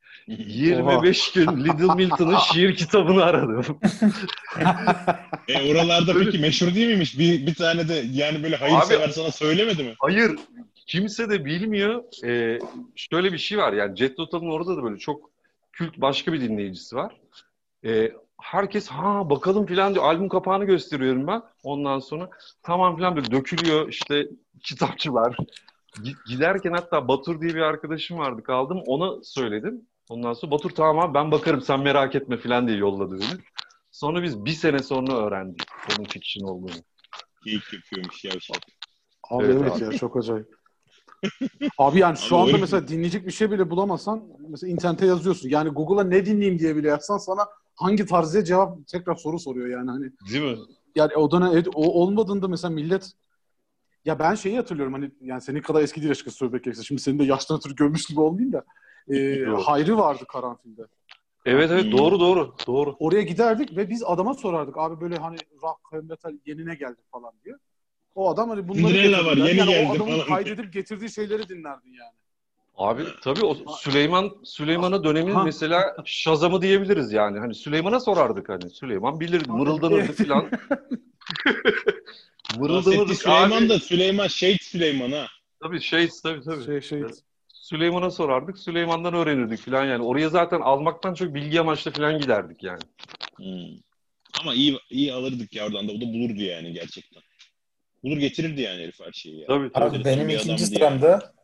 25 gün Little Milton'ın şiir kitabını aradım. Oralarda peki meşhur değil miymiş? Bir tane de yani böyle hayırsever sana söylemedi mi? Hayır. Kimse de bilmiyor. Şöyle bir şey var yani, Jet Tota'nın orada da böyle çok kült başka bir dinleyicisi var. Herkes bakalım filan diyor. Albüm kapağını gösteriyorum ben. Ondan sonra tamam filan böyle dökülüyor işte kitapçılar. Giderken hatta Batur diye bir arkadaşım vardı, kaldım. Ona söyledim. Ondan sonra Batur tamam abi ben bakarım sen merak etme filan diye yolladı beni. Sonra biz bir sene sonra öğrendik onun fiction olduğunu. Keyif yapıyormuş yavşak. Abi Evet evet abi. ya, çok acayip. Abi yani şu anda herif- mesela dinleyecek bir şey bile bulamasan mesela internete yazıyorsun. Yani Google'a ne dinleyeyim diye bile yazsan sana hangi tarzıya cevap tekrar soru soruyor yani hani. Değil mi? Yani o dönem o olmadığında mesela millet, ya ben şeyi hatırlıyorum hani, yani senin kadar eski değil açıkçası söylemek gerekirse. Şimdi senin de yaştan ötürü gömmüş gibi olmayayım da. Hayri vardı Karanfil'de. Evet doğru. Oraya giderdik ve biz adama sorardık. Abi böyle hani rock, metal yeni ne geldi falan diye. O adam hani bunları Cinderella var, yeni yani geldi o adamın falan. kaydedip getirdiği şeyleri dinlerdin yani. Abi tabii o Süleyman'a dönemin Ha. mesela Şazam'ı diyebiliriz yani. Hani Süleyman'a sorardık hani. Süleyman bilirdi, mırıldanırdı Evet. falan. Bahsettiği Mırıldanırdık Süleyman abi. da Süleyman Süleyman ha. Tabii tabii. Şey. Süleyman'a sorardık. Süleyman'dan öğrenirdik falan yani. Oraya zaten almaktan çok bilgi amaçlı falan giderdik yani. Ama iyi alırdık ya oradan da. O da bulurdu yani gerçekten. Bulur getirirdi yani herif her şeyi ya. Tabii. Abi benim Bir ikinci adamdı yani. sıramda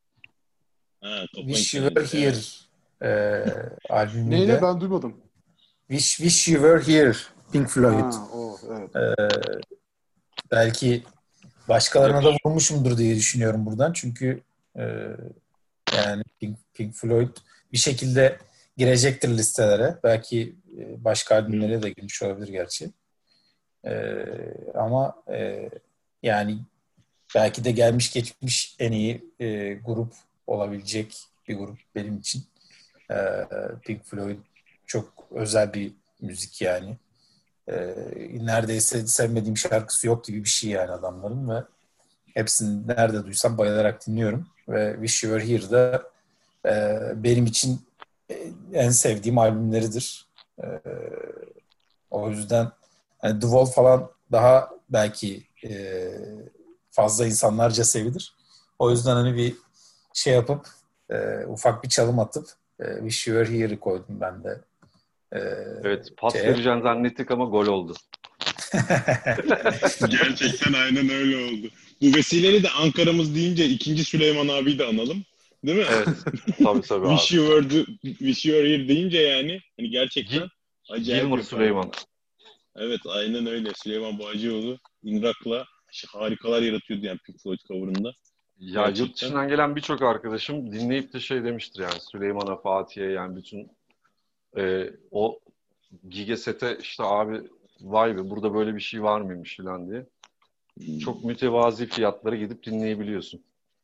Toplayın Wish You Were kendinizi. Here Neyle albümünde. ben duymadım. Wish You Were Here, Pink Floyd. Evet. Belki başkalarına da vurmuşumdur diye düşünüyorum buradan. Çünkü yani Pink Floyd bir şekilde girecektir listelere. Belki başka albümlere de girmiş olabilir gerçi. Ama yani belki de gelmiş geçmiş en iyi grup olabilecek bir grup benim için. Pink Floyd çok özel bir müzik yani. Neredeyse sevmediğim şarkısı yok gibi bir şey yani adamların ve hepsini nerede duysam bayılarak dinliyorum. Ve Wish You Were Here'da benim için en sevdiğim albümleridir. O yüzden hani The Wall falan daha belki fazla insanlarca sevilir. O yüzden hani bir şey yapıp ufak bir çalım atıp Wish You Were Here'ı koydum ben de. Evet, pas vereceğini zannettik ama gol oldu. Gerçekten aynen öyle oldu. Bu vesileyle de Ankara'mız deyince ikinci Süleyman abiyi de analım. Değil mi? Evet. Tabii Wish abi. You Were Here deyince yani hani gerçekten acayip Gilmour yapar. Süleyman. Evet aynen öyle. Süleyman Bağcıoğlu İnrak'la harikalar yaratıyordu yani Pink Floyd cover'ında. Ya Gerçekten. yurt dışından gelen birçok arkadaşım dinleyip de şey demiştir yani Süleyman'a, Fatih'e yani bütün o Giga sete işte abi vay be burada böyle bir şey var mıymış falan diye. Çok mütevazi fiyatlara gidip dinleyebiliyorsun.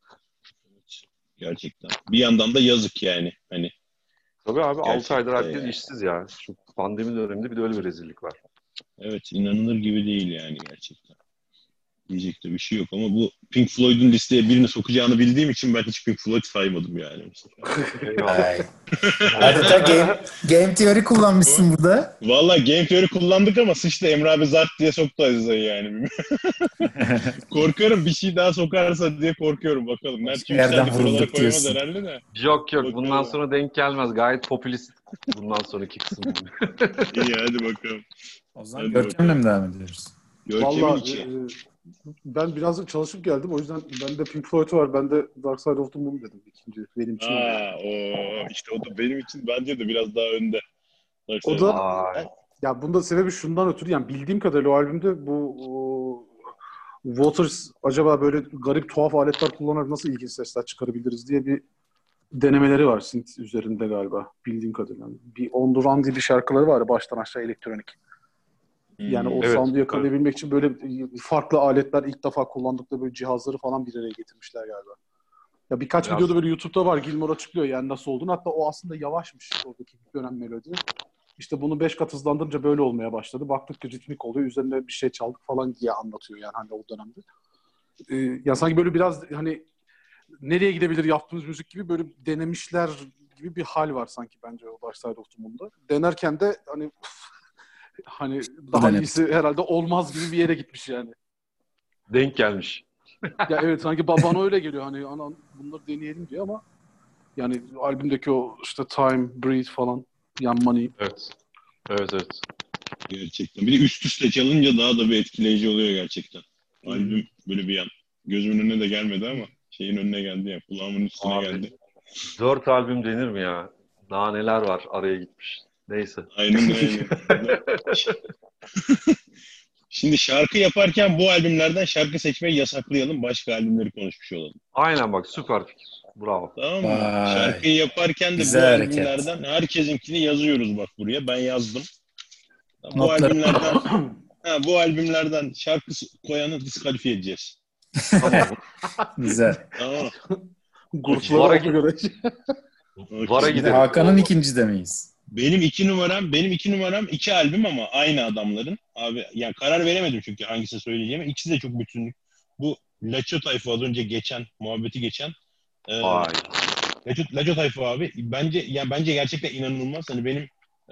Gerçekten. Bir yandan da yazık yani. Hani Tabii abi 6 aydır gerçekten herkes ya. işsiz ya. Şu pandemi döneminde bir de öyle bir rezillik var. Evet, inanılır gibi değil yani gerçekten. Diyecek de bir şey yok ama bu Pink Floyd'un listeye birini sokacağını bildiğim için ben hiç Pink Floyd saymadım yani. Eyvallah. Adeta game teori kullanmışsın burada. Valla Game Theory kullandık ama sıçtı. Emre abi zart diye soktu Aziza'yı yani. Korkarım bir şey daha sokarsa diye korkuyorum bakalım. Belki Yerden yükseldi. Buralara vurulduk koyamaz diyorsun. herhalde de. Yok Bakalım. bundan sonra denk gelmez. Gayet popülist bundan sonraki kısım. İyi hadi bakalım. O zaman Hadi Görkem'le bakalım. mi devam ediyoruz? Görkem'in Valla içi. ben birazcık çalışıp geldim. O yüzden bende Pink Floyd var. Ben de Dark Side of the Moon dedim ikinci. Benim için. İşte o da benim için bence de biraz daha önde. O da Vay. ya bunda sebebi şundan ötürü yani bildiğim kadarıyla o albümde bu Waters acaba böyle garip tuhaf aletler kullanarak nasıl ilginç sesler çıkarabiliriz diye bir denemeleri var synth üzerinde galiba bildiğim kadarıyla. Bir On The Run diye bir şarkıları var ya, baştan aşağı elektronik. Yani o Evet, sound'u yakalayabilmek için böyle farklı aletler ilk defa kullandıkları böyle cihazları falan bir araya getirmişler galiba. Ya birkaç Biraz- videoda böyle YouTube'da var. Gilmour açıklıyor yani nasıl olduğunu. Hatta o aslında yavaşmış oradaki dönem melodi. İşte bunu 5 kat hızlandırınca böyle olmaya başladı. Baktık ki ritmik oluyor. Üzerine bir şey çaldık falan diye anlatıyor yani hani o dönemde. Ya sanki böyle biraz hani nereye gidebilir yaptığımız müzik gibi böyle denemişler gibi bir hal var sanki bence o Dark Side of the Moon'da. Denerken de hani hani daha denemiş. iyisi herhalde olmaz gibi bir yere gitmiş yani. Denk gelmiş. Ya evet sanki bana öyle geliyor hani ana bunları deneyelim diye ama yani albümdeki o işte Time, Breathe falan, Young Money. Evet. Evet. Gerçekten. Bir de üst üste çalınca daha da bir etkileyici oluyor gerçekten. Albüm böyle bir an. Gözümün önüne de gelmedi ama şeyin önüne geldi ya. Kulağımın üstüne Abi. geldi. 4 albüm denir mi ya? Daha neler var araya gitmiş. Neyse. Aynen öyle. Şimdi şarkı yaparken bu albümlerden şarkı seçmeyi yasaklayalım. Başka albümleri konuşmuş olalım. Aynen bak süper fikir. Bravo. Tamam mı? Vay. Şarkıyı yaparken de bu Güzel hareket. albümlerden herkesinkini yazıyoruz bak buraya. Ben yazdım. Bu Notları- albümlerden şarkı koyanı diskalifiye edeceğiz. Tamam. Güzel. Tamam mı? Gruplara Vara ona göre. Vara Şimdi gidelim. Hakan'ın Oldu. ikinci demeyiz. Benim iki numaram iki albüm ama aynı adamların. Abi yani karar veremedim çünkü hangisini söyleyeceğimi. İkisi de çok bütünlük. Bu Laço Tayfa az önce muhabbeti geçen. Vay. Laço Tayfa abi bence gerçekten inanılmaz. Hani benim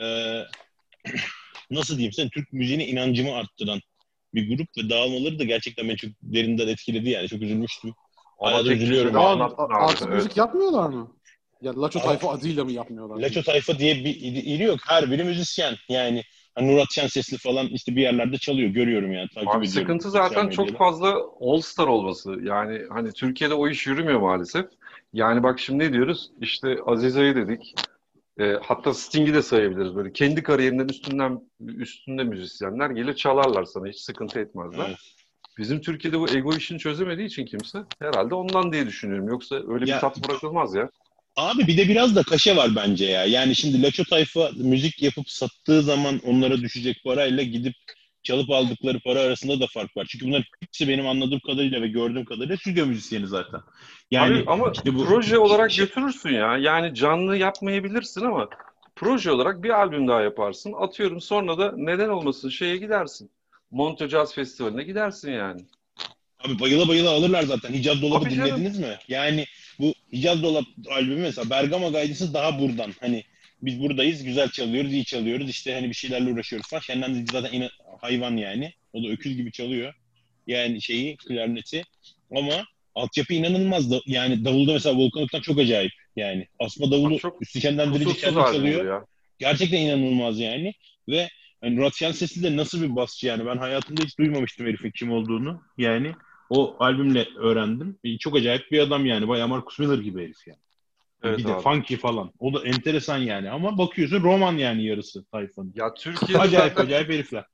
nasıl diyeyim sen Türk müziğine inancımı arttıran bir grup ve dağılmaları da gerçekten beni çok derinden etkiledi yani. Çok üzülmüştüm. Hala da üzülüyorum Aa, yani. anlattın abi, Artık evet. müzik yapmıyorlar mı? Ya Laço Abi- Tayfa adıyla mı yapmıyorlar? Laço Tayfa diye bir iri yok. Her biri müzisyen. Yani hani Murat Şensesli falan işte bir yerlerde çalıyor. Görüyorum yani. Takip Abi ediyorum. sıkıntı sosyal zaten çok medyada. fazla All Star olması. Yani hani Türkiye'de o iş yürümüyor maalesef. Yani bak şimdi ne diyoruz? İşte Aziza'yı dedik. Hatta Sting'i de sayabiliriz böyle. Kendi kariyerinden üstünde müzisyenler gelir çalarlar sana. Hiç sıkıntı etmezler. Evet. Bizim Türkiye'de bu ego işini çözemediği için kimse herhalde ondan diye düşünüyorum. Yoksa öyle Ya- bir tat bırakılmaz ya. Abi bir de biraz da kaşe var bence ya. Yani şimdi Laço Tayfa müzik yapıp sattığı zaman onlara düşecek parayla gidip çalıp aldıkları para arasında da fark var. Çünkü bunların hepsi benim anladığım kadarıyla ve gördüğüm kadarıyla stüdyo müzisyeni zaten. Yani Abi ama işte bu proje olarak götürürsün ya. Yani canlı yapmayabilirsin ama proje olarak bir albüm daha yaparsın. Atıyorum sonra da neden olmasın şeye gidersin. Montreux Jazz Festivali'ne gidersin yani. Abi bayıla bayıla alırlar zaten. Hicaz Dolabı Abi canım. dinlediniz mi? Yani bu Hicaz Dolap albümü mesela Bergama Gaydısı daha buradan. Hani biz buradayız, güzel çalıyoruz, iyi çalıyoruz. İşte hani bir şeylerle uğraşıyoruz falan. Şenlen Dici zaten hayvan yani. O da öküz gibi çalıyor. Yani klarneti. Ama altyapı inanılmaz. Yani davulda mesela Volkanok'tan çok acayip. Yani asma davulu Abi çok Üstü Şenlendirici kusursuz kendi albümdür çalıyor. ya. Gerçekten inanılmaz yani. Ve hani Murat Şensesli de nasıl bir basçı yani. Ben hayatımda hiç duymamıştım herifin kim olduğunu. Yani o albümle öğrendim. Çok acayip bir adam yani. Bayağı Marcus Miller gibi herif yani. Evet Bir de abi. funky falan. O da enteresan yani. Ama bakıyorsun roman yani yarısı tayfanın. Ya Türkiye'de Acayip zaten acayip herifler.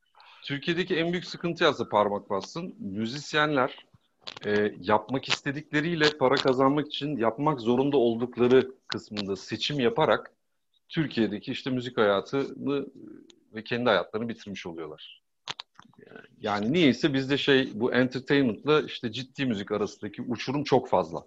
Türkiye'deki en büyük sıkıntıya aslında parmak bassın. Müzisyenler yapmak istedikleriyle para kazanmak için yapmak zorunda oldukları kısmında seçim yaparak Türkiye'deki işte müzik hayatını ve kendi hayatlarını bitirmiş oluyorlar. Yani niyeyse bizde bu entertainment'la işte ciddi müzik arasındaki uçurum çok fazla.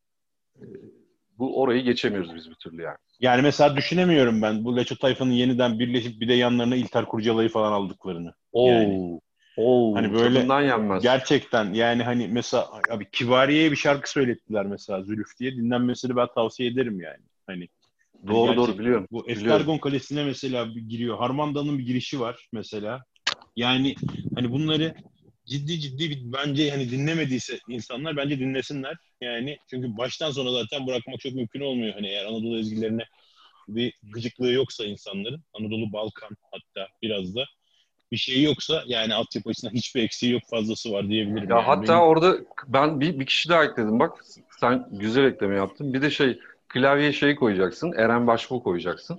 Bu orayı geçemiyoruz biz bir türlü yani. Yani mesela düşünemiyorum ben bu Leço tayfanın yeniden birleşip bir de yanlarına İlter Kurcalay'ı falan aldıklarını. Yani hani böyle tadından yenmez. gerçekten yani hani mesela abi Kibariye'ye bir şarkı söylettiler mesela Zülüf diye. Dinlenmesini ben tavsiye ederim yani. Hani Doğru biliyorum. Bu Biliyorum. Eftergon Kalesi'ne mesela bir giriyor. Harmanda'nın bir girişi var mesela. Yani hani bunları ciddi bence hani dinlemediyse insanlar bence dinlesinler. Yani çünkü baştan sona zaten bırakmak çok mümkün olmuyor. Hani eğer Anadolu ezgilerine bir gıcıklığı yoksa insanların, Anadolu Balkan hatta biraz da bir şey yoksa yani altyapı açısından hiçbir eksiği yok, fazlası var diyebilirim Ya yani. hatta orada ben bir kişi daha ekledim bak. Sen güzel ekleme yaptın. Bir de klavyeye koyacaksın. Eren Başbuğ koyacaksın.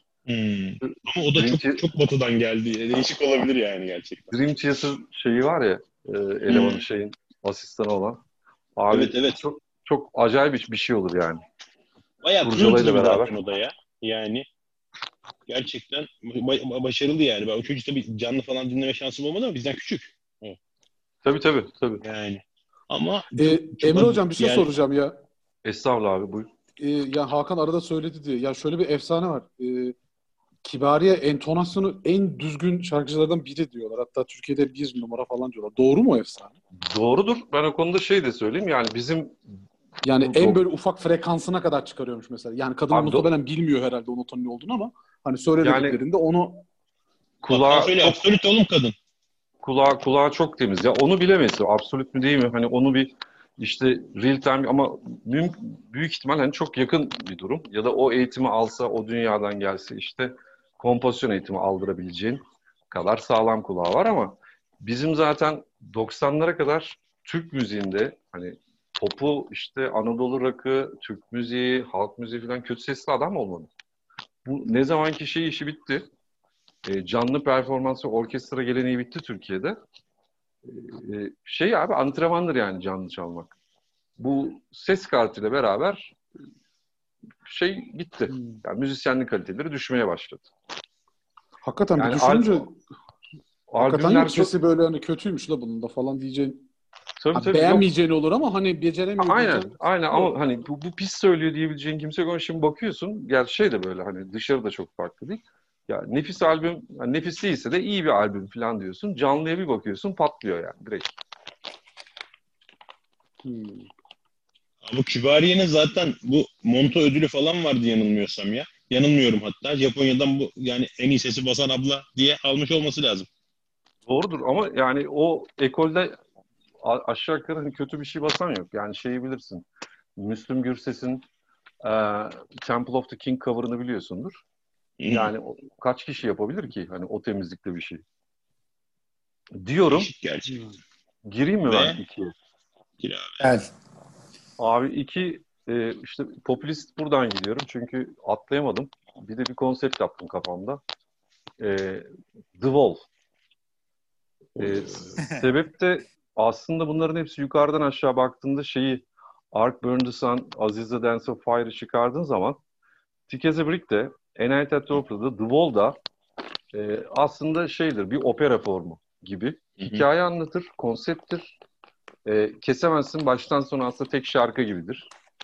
Ama o da çok batıdan geldi. Değişik olabilir yani gerçekten. Dream Theater var ya elemanın asistanı olan. Abi Evet. çok acayip bir şey olur yani. Bayağı Kurcalay'la tırı beraber. zaten o da ya. Yani gerçekten başarılı yani. Ben o çocuk tabii canlı falan dinleme şansım olmadı ama bizden küçük. Evet. Tabii. Yani. Ama Emre Hocam bir şey soracağım ya. Estağfurullah abi buyur. Ya Hakan arada söyledi diye. Ya şöyle bir efsane var. Kibariye entonasyonu en düzgün şarkıcılardan biri diyorlar. Hatta Türkiye'de 1 numara falan diyorlar. Doğru mu o efsane? Doğrudur. Ben o konuda de söyleyeyim. Yani bizim yani en böyle ufak frekansına kadar çıkarıyormuş mesela. Yani kadın muhtemelen bilmiyor herhalde o notanın ne olduğunu ama hani söylediklerinde onu kulağa söyle, çok absolut oğlum kadın. Kulağa çok temiz. Ya onu bilemeyiz. Absolut mu değil mi? Hani onu bir real time ama büyük ihtimal hani çok yakın bir durum. Ya da o eğitimi alsa, o dünyadan gelse kompozisyon eğitimi aldırabileceğin kadar sağlam kulağı var ama bizim zaten 90'lara kadar Türk müziğinde hani popu Anadolu rock'ı, Türk müziği, halk müziği falan kötü sesli adam olmadı. Bu ne zamanki işi bitti. Canlı performans ve orkestra geleneği bitti Türkiye'de. Abi antrenmandır yani canlı çalmak. Bu ses kartıyla beraber gitti. Yani müzisyenlik kaliteleri düşmeye başladı. Hakikaten yani bir düşününce hakikaten yok çok... sesi böyle hani kötüymüş la bunun da falan diyeceğin. Tabii, beğenmeyeceğin olur ama hani beceremiyor diyeceğin. Aynen ama hani bu pis söylüyor diyebileceğin kimse yok. Şimdi bakıyorsun gerçi de böyle hani dışarıda çok farklı değil. Ya nefis albüm, yani nefis değilse de iyi bir albüm falan diyorsun. Canlıya bir bakıyorsun patlıyor yani direkt. Bu Kibariye'nin zaten bu Monto ödülü falan vardı yanılmıyorsam ya. Yanılmıyorum hatta. Japonya'dan bu yani en iyi sesi basan abla diye almış olması lazım. Doğrudur ama yani o ekolde aşağı yukarı hani kötü bir şey basan yok. Yani bilirsin. Müslüm Gürses'in Temple of the King cover'ını biliyorsundur. Yani kaç kişi yapabilir ki hani o temizlikte bir şey? Diyorum. Gireyim mi ben 2'ye? Gir abi. Gel. Abi 2 popülist buradan gidiyorum çünkü atlayamadım. Bir de bir konsept yaptım kafamda. The Wall. Sebep de aslında bunların hepsi yukarıdan aşağı baktığında Ark Burn the Sun, Aziz the Dance of Fire'ı çıkardığın zaman Thick as a Brick de A Night at the Opera'da The Wall da aslında bir opera formu gibi. Hikaye anlatır, konsepttir. Kesemezsin baştan sona aslında tek şarkı gibidir.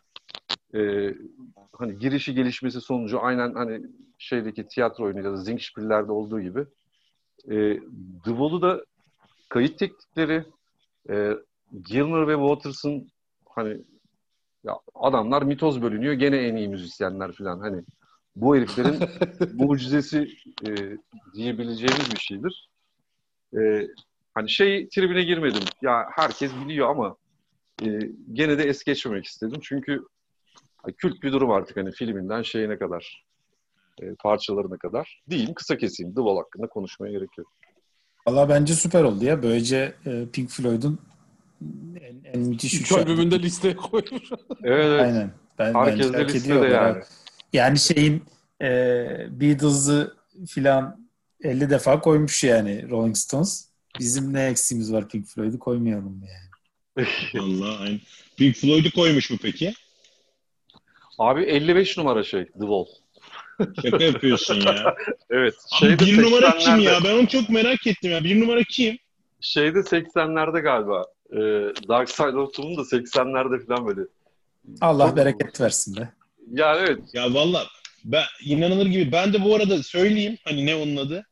Hani girişi gelişmesi sonucu aynen hani tiyatro oyunu ya da Singspiel'lerde olduğu gibi. The Wall'u da kayıt teknikleri Gilmour ve Waters'ın hani ya adamlar mitoz bölünüyor gene en iyi müzisyenler falan hani bu heriflerin mucizesi diyebileceğimiz bir şeydir. Hani tribine girmedim. Ya herkes biliyor ama gene de es geçmemek istedim. Çünkü kült bir durum artık hani filminden kadar parçalarına kadar. Diyeyim kısa keseyim. The Wall hakkında konuşmaya gerek yok. Valla bence süper oldu ya. Böylece Pink Floyd'un en müthiş 3 albümünde listeye koymuş. Evet. Aynen. Herkes bence de hak listede ediyorlar. yani. Yani Beatles'ı filan 50 defa koymuş yani Rolling Stones. Bizim ne eksiğimiz var Pink Floyd'u koymayalım yani. Vallahi aynı. Pink Floyd'u koymuş mu peki? Abi 55 numara şey The Wall. Şaka yapıyorsun ya. Evet. Abi bir numara kim 80'lerde ya? Ben onu çok merak ettim ya. Bir numara kim? Şeyde 80'lerde galiba. Dark Side of the Moon da 80'lerde falan böyle. Allah Çok- bereket versin be. Yani evet. Ya valla ben inanılır gibi. Ben de bu arada söyleyeyim hani ne onun adı.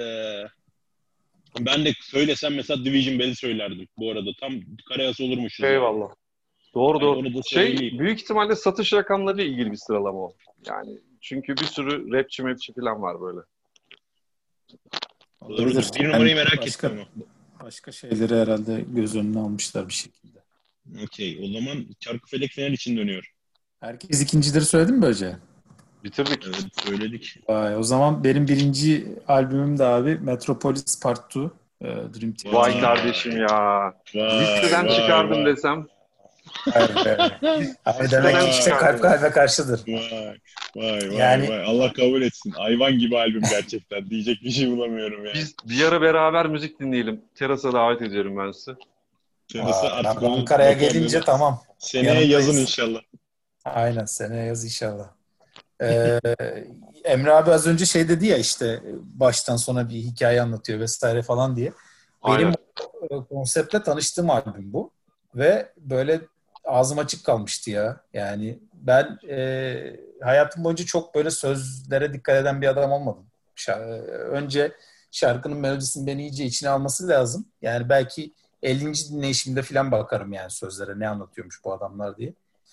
Ben de söylesem mesela Division Bell'i söylerdim bu arada. Tam karayası olurmuşuz. Eyvallah. Doğru Yani doğru. onu da söyleyeyim. Büyük ihtimalle satış rakamlarıyla ilgili bir sıralama o. Yani çünkü bir sürü rapçi falan var böyle. Doğrudur. Bir numarayı merak ettim ama. Başka şeyleri herhalde göz önüne almışlar bir şekilde. Okey. O zaman Çarkıfelek final için dönüyor. Herkes ikincileri söyledi mi böylece? Bitirdik. Evet söyledik. Vay, o zaman benim birinci albümüm de abi Metropolis Part 2. Dream Theater. Vay kardeşim ya. Vay, Listeden vay, çıkardım vay. desem. Vay be. Abi demek ki işte kalp kalbe karşıdır. Vay. Yani- Allah kabul etsin. Hayvan gibi albüm gerçekten. Diyecek bir şey bulamıyorum yani. Biz bir ara beraber müzik dinleyelim. Terasa davet ediyorum ben sizi. Senesi artık onu Ankara'ya bakalım. gelince tamam. Seneye yanındayız. yazın inşallah. Aynen, seneye yaz inşallah. Emre abi az önce şey dedi ya, işte baştan sona bir hikaye anlatıyor vesaire falan diye. Benim Aynen. konseptle tanıştığım albüm bu. Ve böyle ağzım açık kalmıştı ya. Yani ben hayatım boyunca çok böyle sözlere dikkat eden bir adam olmadım. Önce şarkının melodisinin beni iyice içine alması lazım. Yani belki 50. dinleyişimde falan bakarım yani sözlere, ne anlatıyormuş bu adamlar diye.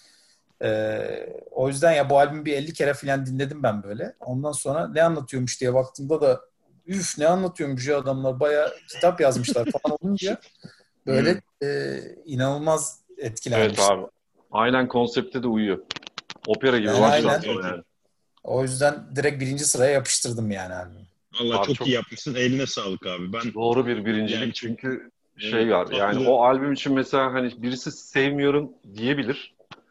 O yüzden ya bu albümü bir 50 kere falan dinledim ben böyle. Ondan sonra ne anlatıyormuş diye baktığımda da üf ne anlatıyormuş ya adamlar, bayağı kitap yazmışlar falan olunca böyle inanılmaz Evet etkilenmiştim. abi. Aynen konsepte de uyuyor. Opera gibi Yani baştan aynen. sona yani. O yüzden direkt birinci sıraya yapıştırdım yani albümü. Allah Abi çok çok- iyi yapmışsın. Eline sağlık abi. Ben Doğru bir birincilik Yani çünkü evet, şey var yani haklı. o albüm için mesela hani birisi sevmiyorum diyebilir.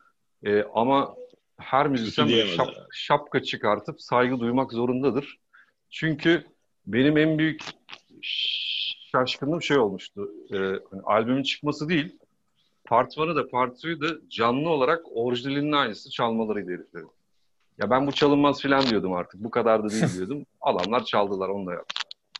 Ama her müzisyen böyle diyemez abi. şapka çıkartıp saygı duymak zorundadır. Çünkü benim en büyük şaşkınlığım şey olmuştu. Hani albümün çıkması değil, Part 1'ı da Part 2'yi de canlı olarak orijinalinin aynısı çalmalarıydı heriflerin. Ya ben bu çalınmaz filan diyordum artık. Bu kadar da değil diyordum. Adamlar çaldılar, onu da yaptı.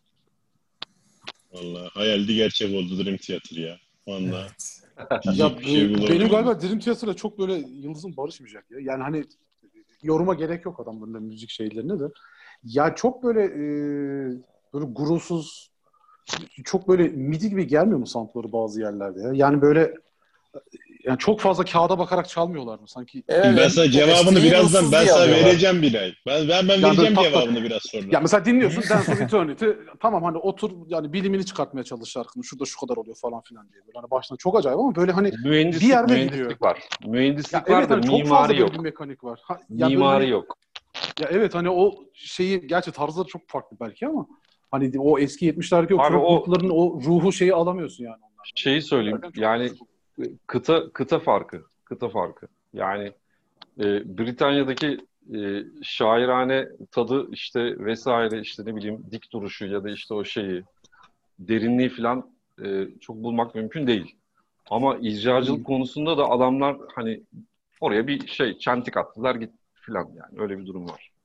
Vallahi hayaldi gerçek oldu Dream Theater ya. Vallahi. Evet. Ya Bir şey benim bulamıyorum. galiba Dream Theater'la çok böyle yıldızım barışmayacak ya. Yani hani yoruma gerek yok adamların da müzik şeylerine de. Ya çok böyle gurulsuz, çok böyle midi gibi gelmiyor mu sampleri bazı yerlerde ya? Yani böyle yani çok fazla kağıda bakarak çalmıyorlar mı sanki? Evet, Ben sana cevabını eleştiriyi birazdan ruhsuz ben diye sana alıyorlar. vereceğim Bilal. Ben Yani vereceğim böyle tak tak. cevabını biraz sonra. Ya mesela dinliyorsun Dance of Eternity, tamam hani otur yani bilimini çıkartmaya çalış şarkının, şurada şu kadar oluyor falan filan diye. Böyle hani baştan çok acayip ama böyle hani bir yerde gidiyor. Mühendislik var. Mühendislik Ya var evet da hani çok fazla mimari böyle yok. bir mekanik var. Ya böyle Mimari hani, yok. ya evet hani o şeyi, gerçi tarzları çok farklı belki ama hani o eski 70'lerdeki o Abi Türk o- gruplarının o ruhu şeyi alamıyorsun yani onlardan. Şeyi söyleyeyim Hakikaten çok yani farklı. kıta farkı. Yani Britanya'daki şairane tadı işte vesaire işte ne bileyim dik duruşu ya da işte o şeyi derinliği falan çok bulmak mümkün değil. Ama icracılık konusunda da adamlar hani oraya bir şey çentik attılar git falan yani öyle bir durum var.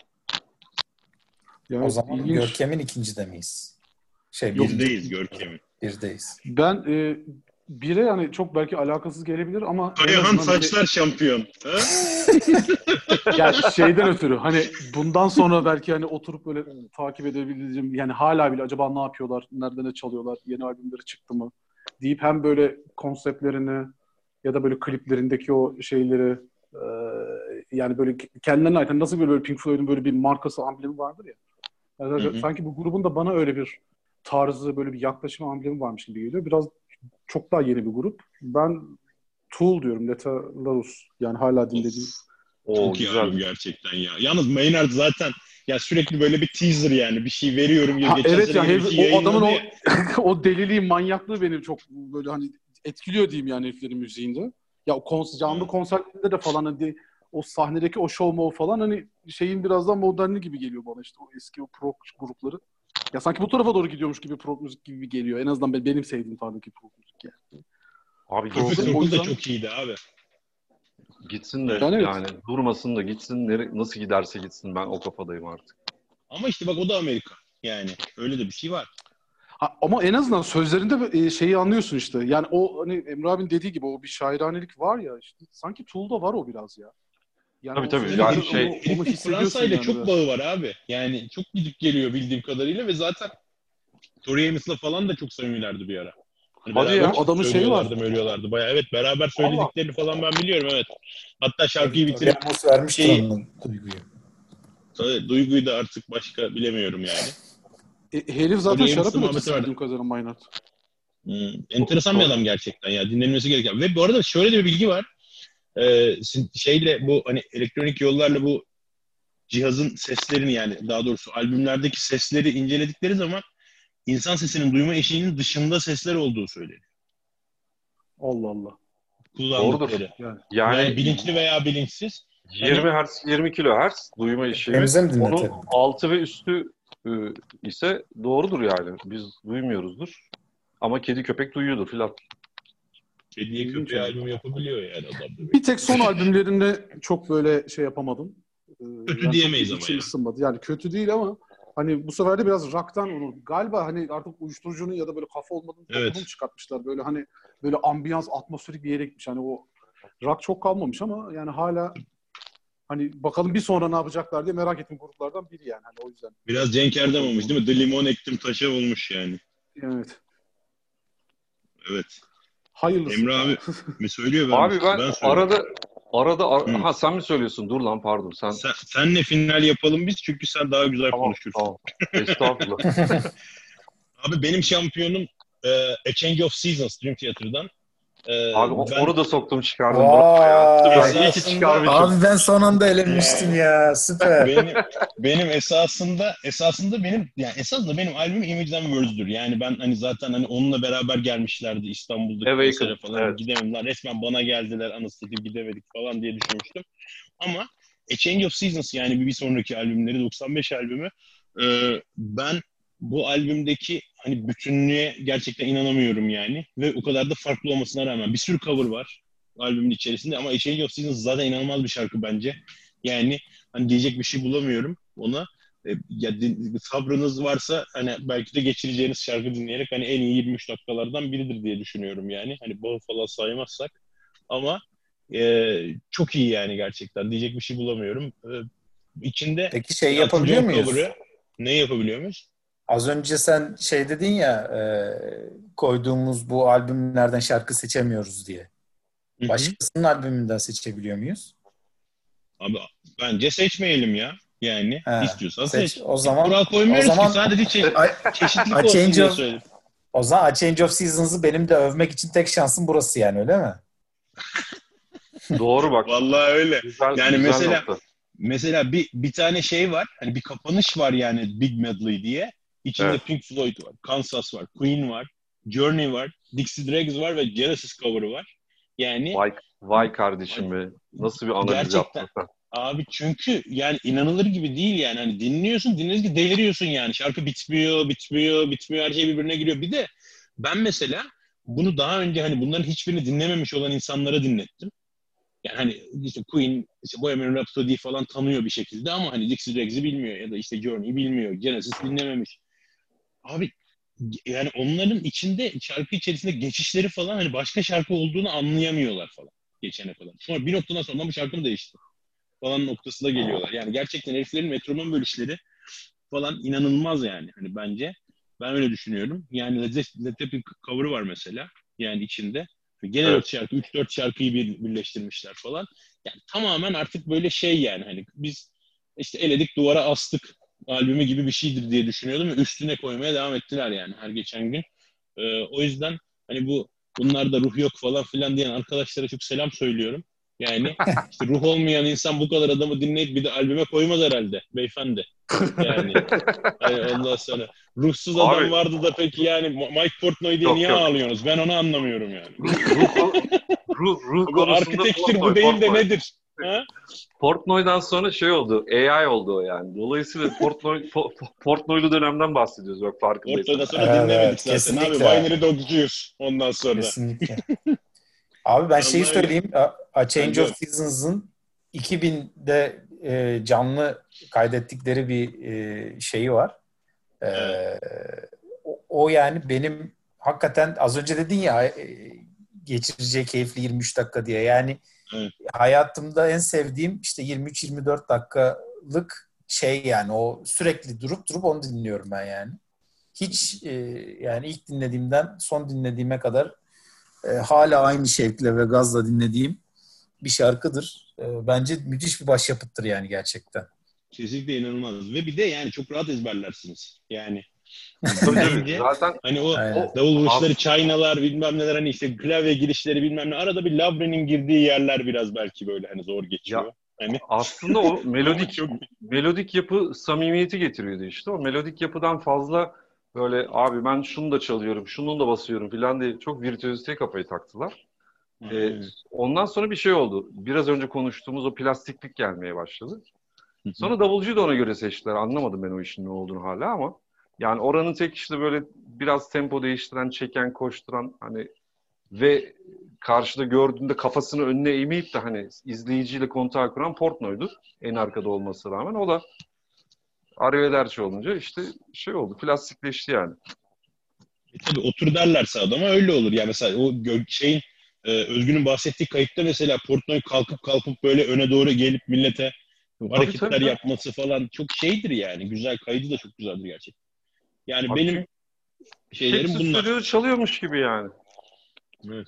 Ya O zaman ilginç. Görkem'in ikincide miyiz? Yok, Birdeyiz Görkem'in. Birdeyiz. Ben bire yani çok belki alakasız gelebilir ama en Kayahan azından hani- saçlar şampiyon. Ha? yani şeyden ötürü hani bundan sonra belki hani oturup böyle takip edebileceğim, yani hala bile acaba ne yapıyorlar, nerede ne çalıyorlar, yeni albümleri çıktı mı deyip hem böyle konseptlerini ya da böyle kliplerindeki o şeyleri yani böyle kendilerine ait, hani nasıl böyle Pink Floyd'un böyle bir markası, amblemi vardır ya. Yani Hı hı. sanki bu grubun da bana öyle bir tarzı, böyle bir yaklaşım, amblemi varmış gibi geliyor. Biraz çok daha yeni bir grup. Ben Tool diyorum, Leta Larus. Yani hala dinlediğim. O Çok iyi güzel. albüm gerçekten ya. Yalnız Maynard zaten ya sürekli böyle bir teaser yani bir şey veriyorum gibi. Ha, Geçen evet sene ya, yine bir şey o adamın yayınladı ya. o deliliği, manyaklığı beni çok böyle hani etkiliyor diyeyim yani heriflerin müziğinde. Ya o canlı Evet. konserlerinde de falan hani o sahnedeki o show mo falan hani şeyin biraz daha moderni gibi geliyor bana, işte o eski o prog grupları. Ya sanki bu tarafa doğru gidiyormuş gibi prog müzik gibi geliyor. En azından benim sevdiğim tarzdaki prog müzik yani. Abi Perfect gitsin, O Circle yüzden- da çok iyiydi abi. gitsin de Yani evet. yani durmasın da gitsin. Nasıl giderse gitsin, ben o kafadayım artık. Ama işte bak o da Amerika. Yani öyle de bir şey var. Ama en azından sözlerinde şeyi anlıyorsun işte. Yani o hani Emre abinin dediği gibi o bir şairanelik var ya işte. Sanki Tool'da var o biraz ya. Yani Tabii, o tabii. sözleri Yani Herif, şey- onu herifin hissediyorsun Fransa ile yani çok biraz. bağı var abi. Yani çok gidip geliyor bildiğim kadarıyla ve zaten Tori Amos'la falan da çok samimilerdi bir ara. Hani Hadi beraber ya. Adamın şeyi var. söylüyorlardı. Bayağı evet beraber Allah. söylediklerini falan ben biliyorum evet. Hatta şarkıyı Tabii bitirip Amos vermiştir şeyi onun duyguyu. duyguyu da artık başka bilemiyorum yani. Herif zaten Tori şarap Amos'la muhabbeti üreticisi vardı. bildiğim kadarıyla Maynard. Enteresan bir adam gerçekten ya. Dinlenmesi gereken. Ve bu arada şöyle de bir bilgi var. Şeyle bu hani elektronik yollarla bu cihazın seslerini yani daha doğrusu albümlerdeki sesleri inceledikleri zaman insan sesinin duyma eşiğinin dışında sesler olduğu söyleniyor. Allah Allah. Kullandıkları. Yani. Yani bilinçli veya bilinçsiz. 20 Hz, 20 kHz duyma eşiği. Temize mi Onun dinletelim? altı ve üstü ise doğrudur yani. Biz duymuyoruzdur. Ama kedi köpek duyuyordur filan. Kediye İlginç köpeğe abi. albüm yapabiliyor yani adam da. Bir tek son albümlerinde çok böyle şey yapamadım. Kötü Yani diyemeyiz çok ama içim ya. ısınmadı. Yani kötü değil ama hani bu sefer de biraz rock'tan onu galiba hani artık uyuşturucunun ya da böyle kafa olmadığını Evet. toplum çıkartmışlar. Böyle hani böyle ambiyans, atmosferik bir yere gitmiş. Hani o rock çok kalmamış ama yani hala hani bakalım bir sonra ne yapacaklar diye merak ettiğim gruplardan biri yani. Hani o yüzden. Biraz Cenk Erdem olmuş değil mi? The limon ektim taşa olmuş yani. Evet. Evet. Hayırlısı. Emre abi mi söylüyor Abi ben ben söylüyorum. arada Hı. ha sen mi söylüyorsun? Dur lan, pardon. Senle final yapalım biz çünkü sen daha güzel Tamam, konuşursun. tamam. Estağfurullah. Abi benim şampiyonum A Change of Seasons Dream Theater'dan. Abi Ben onu da soktum çıkardım. Vay. Bravo ya. Süper. İyi ki Esasında- çıkarmışım. Abi ben son anda elemiştim ya. Süper. benim esasında benim albüm Image and Words'dur. Yani ben hani zaten hani onunla beraber gelmişlerdi İstanbul'daki Awaken, konsere falan. evet. Gidemedim lan resmen bana geldiler anasını satayım gidemedik falan diye düşünmüştüm. Ama A Change of Seasons yani bir sonraki albümleri 95 albümü ben bu albümdeki hani bütünlüğe gerçekten inanamıyorum yani. Ve o kadar da farklı olmasına rağmen bir sürü cover var albümün içerisinde ama A Change of Seasons zaten inanılmaz bir şarkı bence. Yani hani diyecek bir şey bulamıyorum ona. Sabrınız varsa hani belki de geçireceğiniz şarkı dinleyerek hani en iyi 23 dakikalardan biridir diye düşünüyorum yani. Hani bağı falan saymazsak. Ama çok iyi yani gerçekten. Diyecek bir şey bulamıyorum. İçinde Peki şey Elton yapabiliyor John muyuz? cover'ı ne yapabiliyor muyuz? Az önce sen şey dedin ya koyduğumuz bu albümlerden şarkı seçemiyoruz diye. Hı hı. Başkasının albümünden seçebiliyor muyuz? Abi bence seçmeyelim ya. Yani He, istiyorsan seç. O zaman Kural koymuyoruz o zaman ki sadece çeşitlilik A olsun Change diye of söyledim. O zaman A Change of Seasons'ı benim de övmek için tek şansım burası yani, öyle mi? Doğru bak. Vallahi öyle. Güzel, Yani güzel nokta. mesela bir tane şey var. Hani bir kapanış var yani Big Medley diye. İçinde Evet. Pink Floyd var, Kansas var, Queen var, Journey var, Dixie Dregs var ve Genesis cover'ı var. Yani Vay kardeşim be. Nasıl bir analiz gerçekten yaptın sen? abi çünkü yani inanılır gibi değil yani. Hani dinliyorsun deliriyorsun yani. Şarkı bitmiyor. Her şey birbirine giriyor. Bir de ben mesela bunu daha önce hani bunların hiçbirini dinlememiş olan insanlara dinlettim. Yani hani işte Queen, işte Bohemian Rhapsody falan tanıyor bir şekilde ama hani Dixie Dregs'i bilmiyor ya da işte Journey'i bilmiyor. Genesis dinlememiş. Abi yani onların içinde şarkı içerisinde geçişleri falan hani başka şarkı olduğunu anlayamıyorlar falan geçene kadar. Sonra bir noktadan sonra bu şarkı mı değişti falan noktasına geliyorlar. Yani gerçekten heriflerin metronom bölüşleri falan inanılmaz yani hani bence. Ben öyle düşünüyorum. Yani Led Zeppelin cover'ı var mesela yani içinde. Gene Evet. 3-4 şarkıyı birleştirmişler falan. Yani tamamen artık böyle şey yani hani biz işte eledik duvara astık albümü gibi bir şeydir diye düşünüyordum ve üstüne koymaya devam ettiler yani her geçen gün. O yüzden hani bunlarda ruh yok falan filan diyen arkadaşlara çok selam söylüyorum. Yani işte ruh olmayan insan bu kadar adamı dinleyip bir de albüme koymaz herhalde beyefendi. Yani ondan sonra ruhsuz adam Abi, vardı da peki yani Mike Portnoy diye niye yok. ağlıyorsunuz? Ben onu anlamıyorum yani. Ruh Bu konusunda arkitektur bu Portnoy, değil de Portnoy. nedir? Ha? Portnoy'dan sonra şey oldu. AI oldu o yani. Dolayısıyla Portnoy'lu dönemden bahsediyoruz bak Ortada farkındaysan. sonra Evet, dinlemedik evet, zaten. Abi kesinlikle. Binary Dog'cuyuz ondan sonra. Kesinlikle. Abi ben şeyi Vallahi öyle. söyleyeyim. A Ha, Change of gör. Seasons'ın 2000'de canlı kaydettikleri bir şeyi var. Evet. O yani benim hakikaten az önce dedin ya geçireceği keyifli 23 dakika diye. Yani Evet. hayatımda en sevdiğim işte 23-24 dakikalık şey yani o sürekli durup durup onu dinliyorum ben yani. Hiç yani ilk dinlediğimden son dinlediğime kadar hala aynı şevkle ve gazla dinlediğim bir şarkıdır. Bence müthiş bir başyapıttır yani gerçekten. Kesinlikle inanılmaz. Ve bir de yani çok rahat ezberlersiniz. Yani Tabii tabii. dinleyince Zaten hani o Aynen. davul vuruşları, as- çaynalar bilmem neler hani işte klavye girişleri bilmem ne. Arada bir Labre'nin girdiği yerler biraz belki böyle hani zor ya geçiyor. Hani aslında o ama çok melodik yapı samimiyeti getiriyordu işte. O melodik yapıdan fazla böyle abi ben şunu da çalıyorum, şunu da basıyorum falan diye çok virtüöziteye kafayı taktılar. Ee, aynen. ondan sonra bir şey oldu. Biraz önce konuştuğumuz o plastiklik gelmeye başladı. Sonra davulcuyu da ona göre seçtiler. Anlamadım ben o işin ne olduğunu hala ama. Yani oranın tek işte böyle biraz tempo değiştiren, çeken, koşturan hani ve karşıda gördüğünde kafasını önüne eğmeyip de hani izleyiciyle kontağı kuran Portnoy'du. En arkada olmasına rağmen. O da arrivederci olunca işte şey oldu. Plastikleşti yani. Tabii otur derlerse adama öyle olur. Yani mesela o şeyin Özgün'ün bahsettiği kayıtta mesela Portnoy kalkıp böyle öne doğru gelip millete Tabii tabii hareketler tabii. yapması falan çok şeydir yani. Güzel, kaydı da çok güzeldir gerçekten. Yani Abi benim çünkü şeylerim hepsi bunlar. stüdyoda çalıyormuş gibi yani. Evet.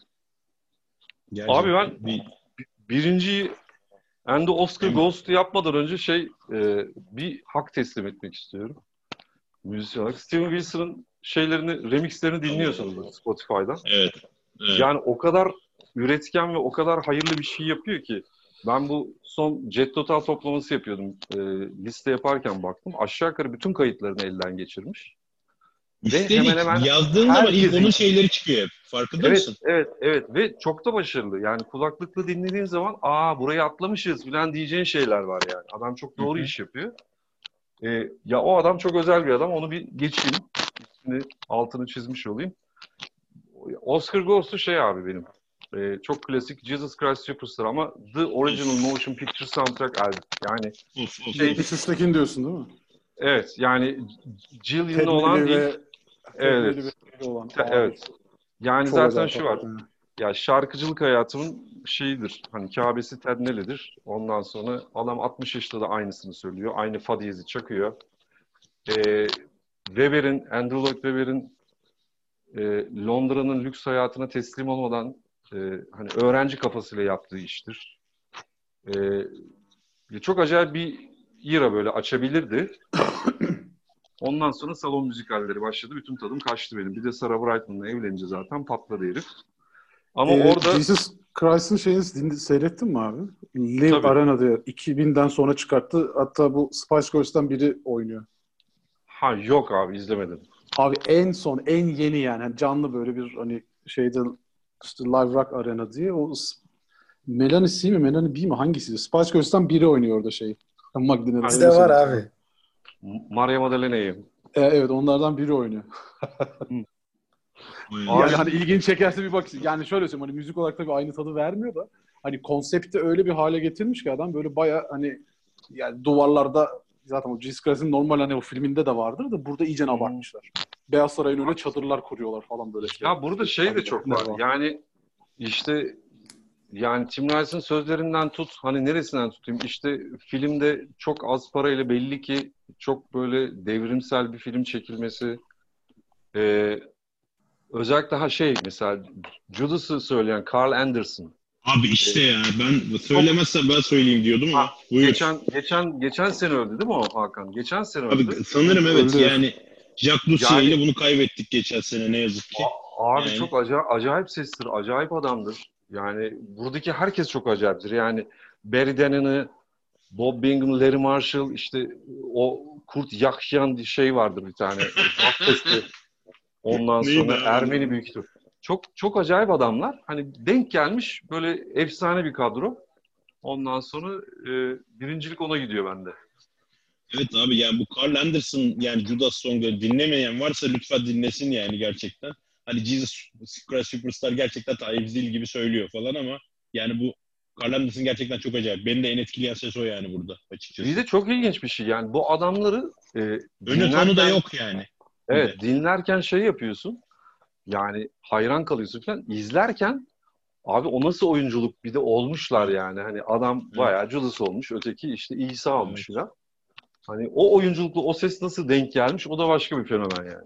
Abi Gerçekten ben bir birinciyi And the Oscar hem Ghost'u yapmadan önce bir hak teslim etmek istiyorum. Müzisyen olarak. Steven Wilson'ın remixlerini dinliyorsunuz Spotify'dan. evet, evet. Yani o kadar üretken ve o kadar hayırlı bir şey yapıyor ki. Ben bu son Jet Total toplaması yapıyordum. Liste yaparken baktım. Aşağı yukarı bütün kayıtlarını elden geçirmiş. Ve hemen Üstelik hemen yazdığın zaman ilk onun herkesin şeyleri çıkıyor hep. Farkında evet, mısın? evet, evet ve çok da başarılı. Yani kulaklıkla dinlediğin zaman burayı atlamışız falan diyeceğin şeyler var yani. Adam çok Hı doğru hı. iş yapıyor. Ya o adam çok özel bir adam. Onu bir geçeyim. Şimdi altını çizmiş olayım. Oscar Ghost'u abi benim. Çok klasik Jesus Christ Superstar ama The Original Of, Motion Picture Soundtrack albüm. Yani of, şey 78'in diyorsun değil mi? evet yani Jillian'lı Ted olan Meli ilk ve Ted Meli ve evet Meli olan abi. evet. Yani Çok zaten acayip şu var. hakikaten. Ya şarkıcılık hayatımın şeyidir. Hani Kabe'si Ted Neli'dir. Ondan sonra adam 60 yaşında da aynısını söylüyor. Aynı fa diyezi çakıyor. Ee, Andrew Lloyd Webber'in Londra'nın lüks hayatına teslim olmadan hani öğrenci kafasıyla yaptığı iştir. Çok acayip bir era böyle açabilirdi. Ondan sonra salon müzikalleri başladı. Bütün tadım kaçtı benim. Bir de Sarah Brightman'la evlenince zaten patladı herif. Ama orada Jesus Christ'ın şeyini seyrettin mi abi? Live tabii Arena diye 2000'den sonra çıkarttı. Hatta bu Spice Girls'tan biri oynuyor. yok abi izlemedim. Abi en son, en yeni yani. Hani canlı böyle bir hani şeyde işte Live Rock Arena diye. Melanie C mi, Melanie B mi hangisiydi? Spice Girls'tan biri oynuyor orada şey. Magdalene'de Bizde öyle var söyleyeyim sana. abi. Maria Maddalene'yi. Evet onlardan biri oynuyor. Yani Abi hani ilgini çekerse bir bak. Yani şöyle söyleyeyim hani müzik olarak tabii aynı tadı vermiyor da hani konsepti öyle bir hale getirmiş ki adam böyle baya hani yani duvarlarda zaten o Jesus Christ'in normal hani o filminde de vardır da burada iyice abartmışlar. Beyaz Saray'ın önüne çadırlar kuruyorlar falan böyle işte. ya burada şey de çok var. Yani işte yani Tim Rice'ın sözlerinden tut hani neresinden tutayım işte filmde çok az parayla belli ki çok böyle devrimsel bir film çekilmesi özellikle mesela Judas'ı söyleyen Carl Anderson abi e, işte ya ben çok söylemezsem ben söyleyeyim diyordum ama buyur. geçen sene öldü değil mi o Hakan? Geçen sene öldü. Abi sanırım evet Öldü. yani Jack Lucia ile Yani bunu kaybettik geçen sene ne yazık ki. abi Yani çok acayip sestir, acayip adamdır. Yani buradaki herkes çok acayiptir. Yani Barry Denon'ı, Bob Bingham, Larry Marshall, işte o Kurt Yakşan şey vardır bir tane. Bas sesli. Ondan neydi sonra abi onun Ermeni adı? büyük ihtimal. Çok çok acayip adamlar. Hani denk gelmiş böyle efsane bir kadro. Ondan sonra birincilik ona gidiyor bende. Evet abi yani bu Carl Anderson yani Judas Song'u dinlemeyen varsa lütfen dinlesin yani gerçekten. Hani Jesus Christ Superstar gerçekten Tayyip Zil gibi söylüyor falan ama yani bu Carl Anderson gerçekten çok acayip. Beni de en etkileyen ses o yani burada açıkçası. Bir de çok ilginç bir şey yani bu adamları Önü tonu da yok yani. Evet, dinlerken şey yapıyorsun. Yani hayran kalıyorsun falan. İzlerken abi o nasıl oyunculuk bir de olmuşlar yani. Hani adam bayağı Judas olmuş, öteki işte İsa olmuş falan. Hani o oyunculukla o ses nasıl denk gelmiş o da başka bir fenomen yani.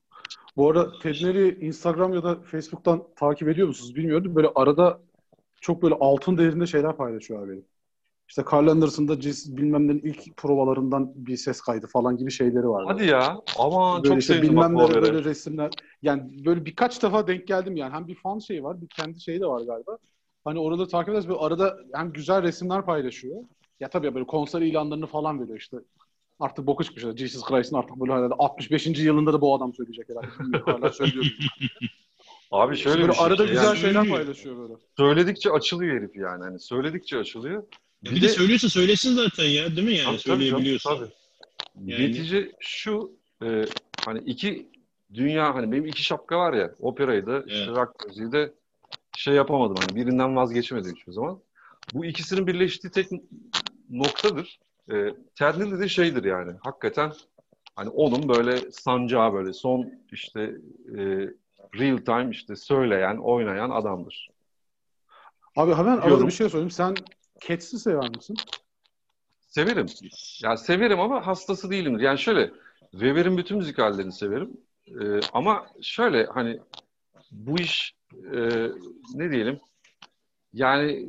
Bu arada Ted Nery'i Instagram ya da Facebook'tan takip ediyor musunuz bilmiyorum. Böyle arada çok böyle altın değerinde şeyler paylaşıyor abi. İşte Carl Anderson'da bilmem nenin ilk provalarından bir ses kaydı falan gibi şeyleri var. Hadi böyle. ya. Aman Böyle çok işte sevdim bak bilmem bu ne haberi. böyle resimler. Yani böyle birkaç defa denk geldim yani. Hem bir fan şeyi var, bir kendi şeyi de var galiba. Hani orada takip ederiz. Böyle arada hem güzel resimler paylaşıyor. Ya tabii böyle konser ilanlarını falan veriyor işte. Artık boku çıkmış. Jesus Christ'ın artık böyle herhalde 65. yılında da bu adam söyleyecek herhalde. Bilmiyorum, hala söylüyorum. Abi İşte şöyle böyle bir şey. arada güzel Yani şeyler paylaşıyor böyle. söyledikçe açılıyor herif yani. Hani söyledikçe açılıyor. Ya bir de söylüyorsa söylesin zaten ya değil mi yani söyleyebiliyorsa. Tabii. Yani... Netice şu hani iki dünya hani benim iki şapka var ya operayı da işte rock müziği de şey yapamadım hani birinden vazgeçemedim hiçbir zaman. Bu ikisinin birleştiği tek noktadır. Ted Neely de şeydir yani hakikaten hani onun böyle sancağı böyle son işte real time işte söyleyen oynayan adamdır. Abi hemen arada Diyorum. bir şey sorayım. Sen Cats'i sever misin? Severim. Ya severim ama hastası değilimdir. Yani şöyle Weber'in bütün müzikallerini severim. Ama şöyle hani bu iş ne diyelim yani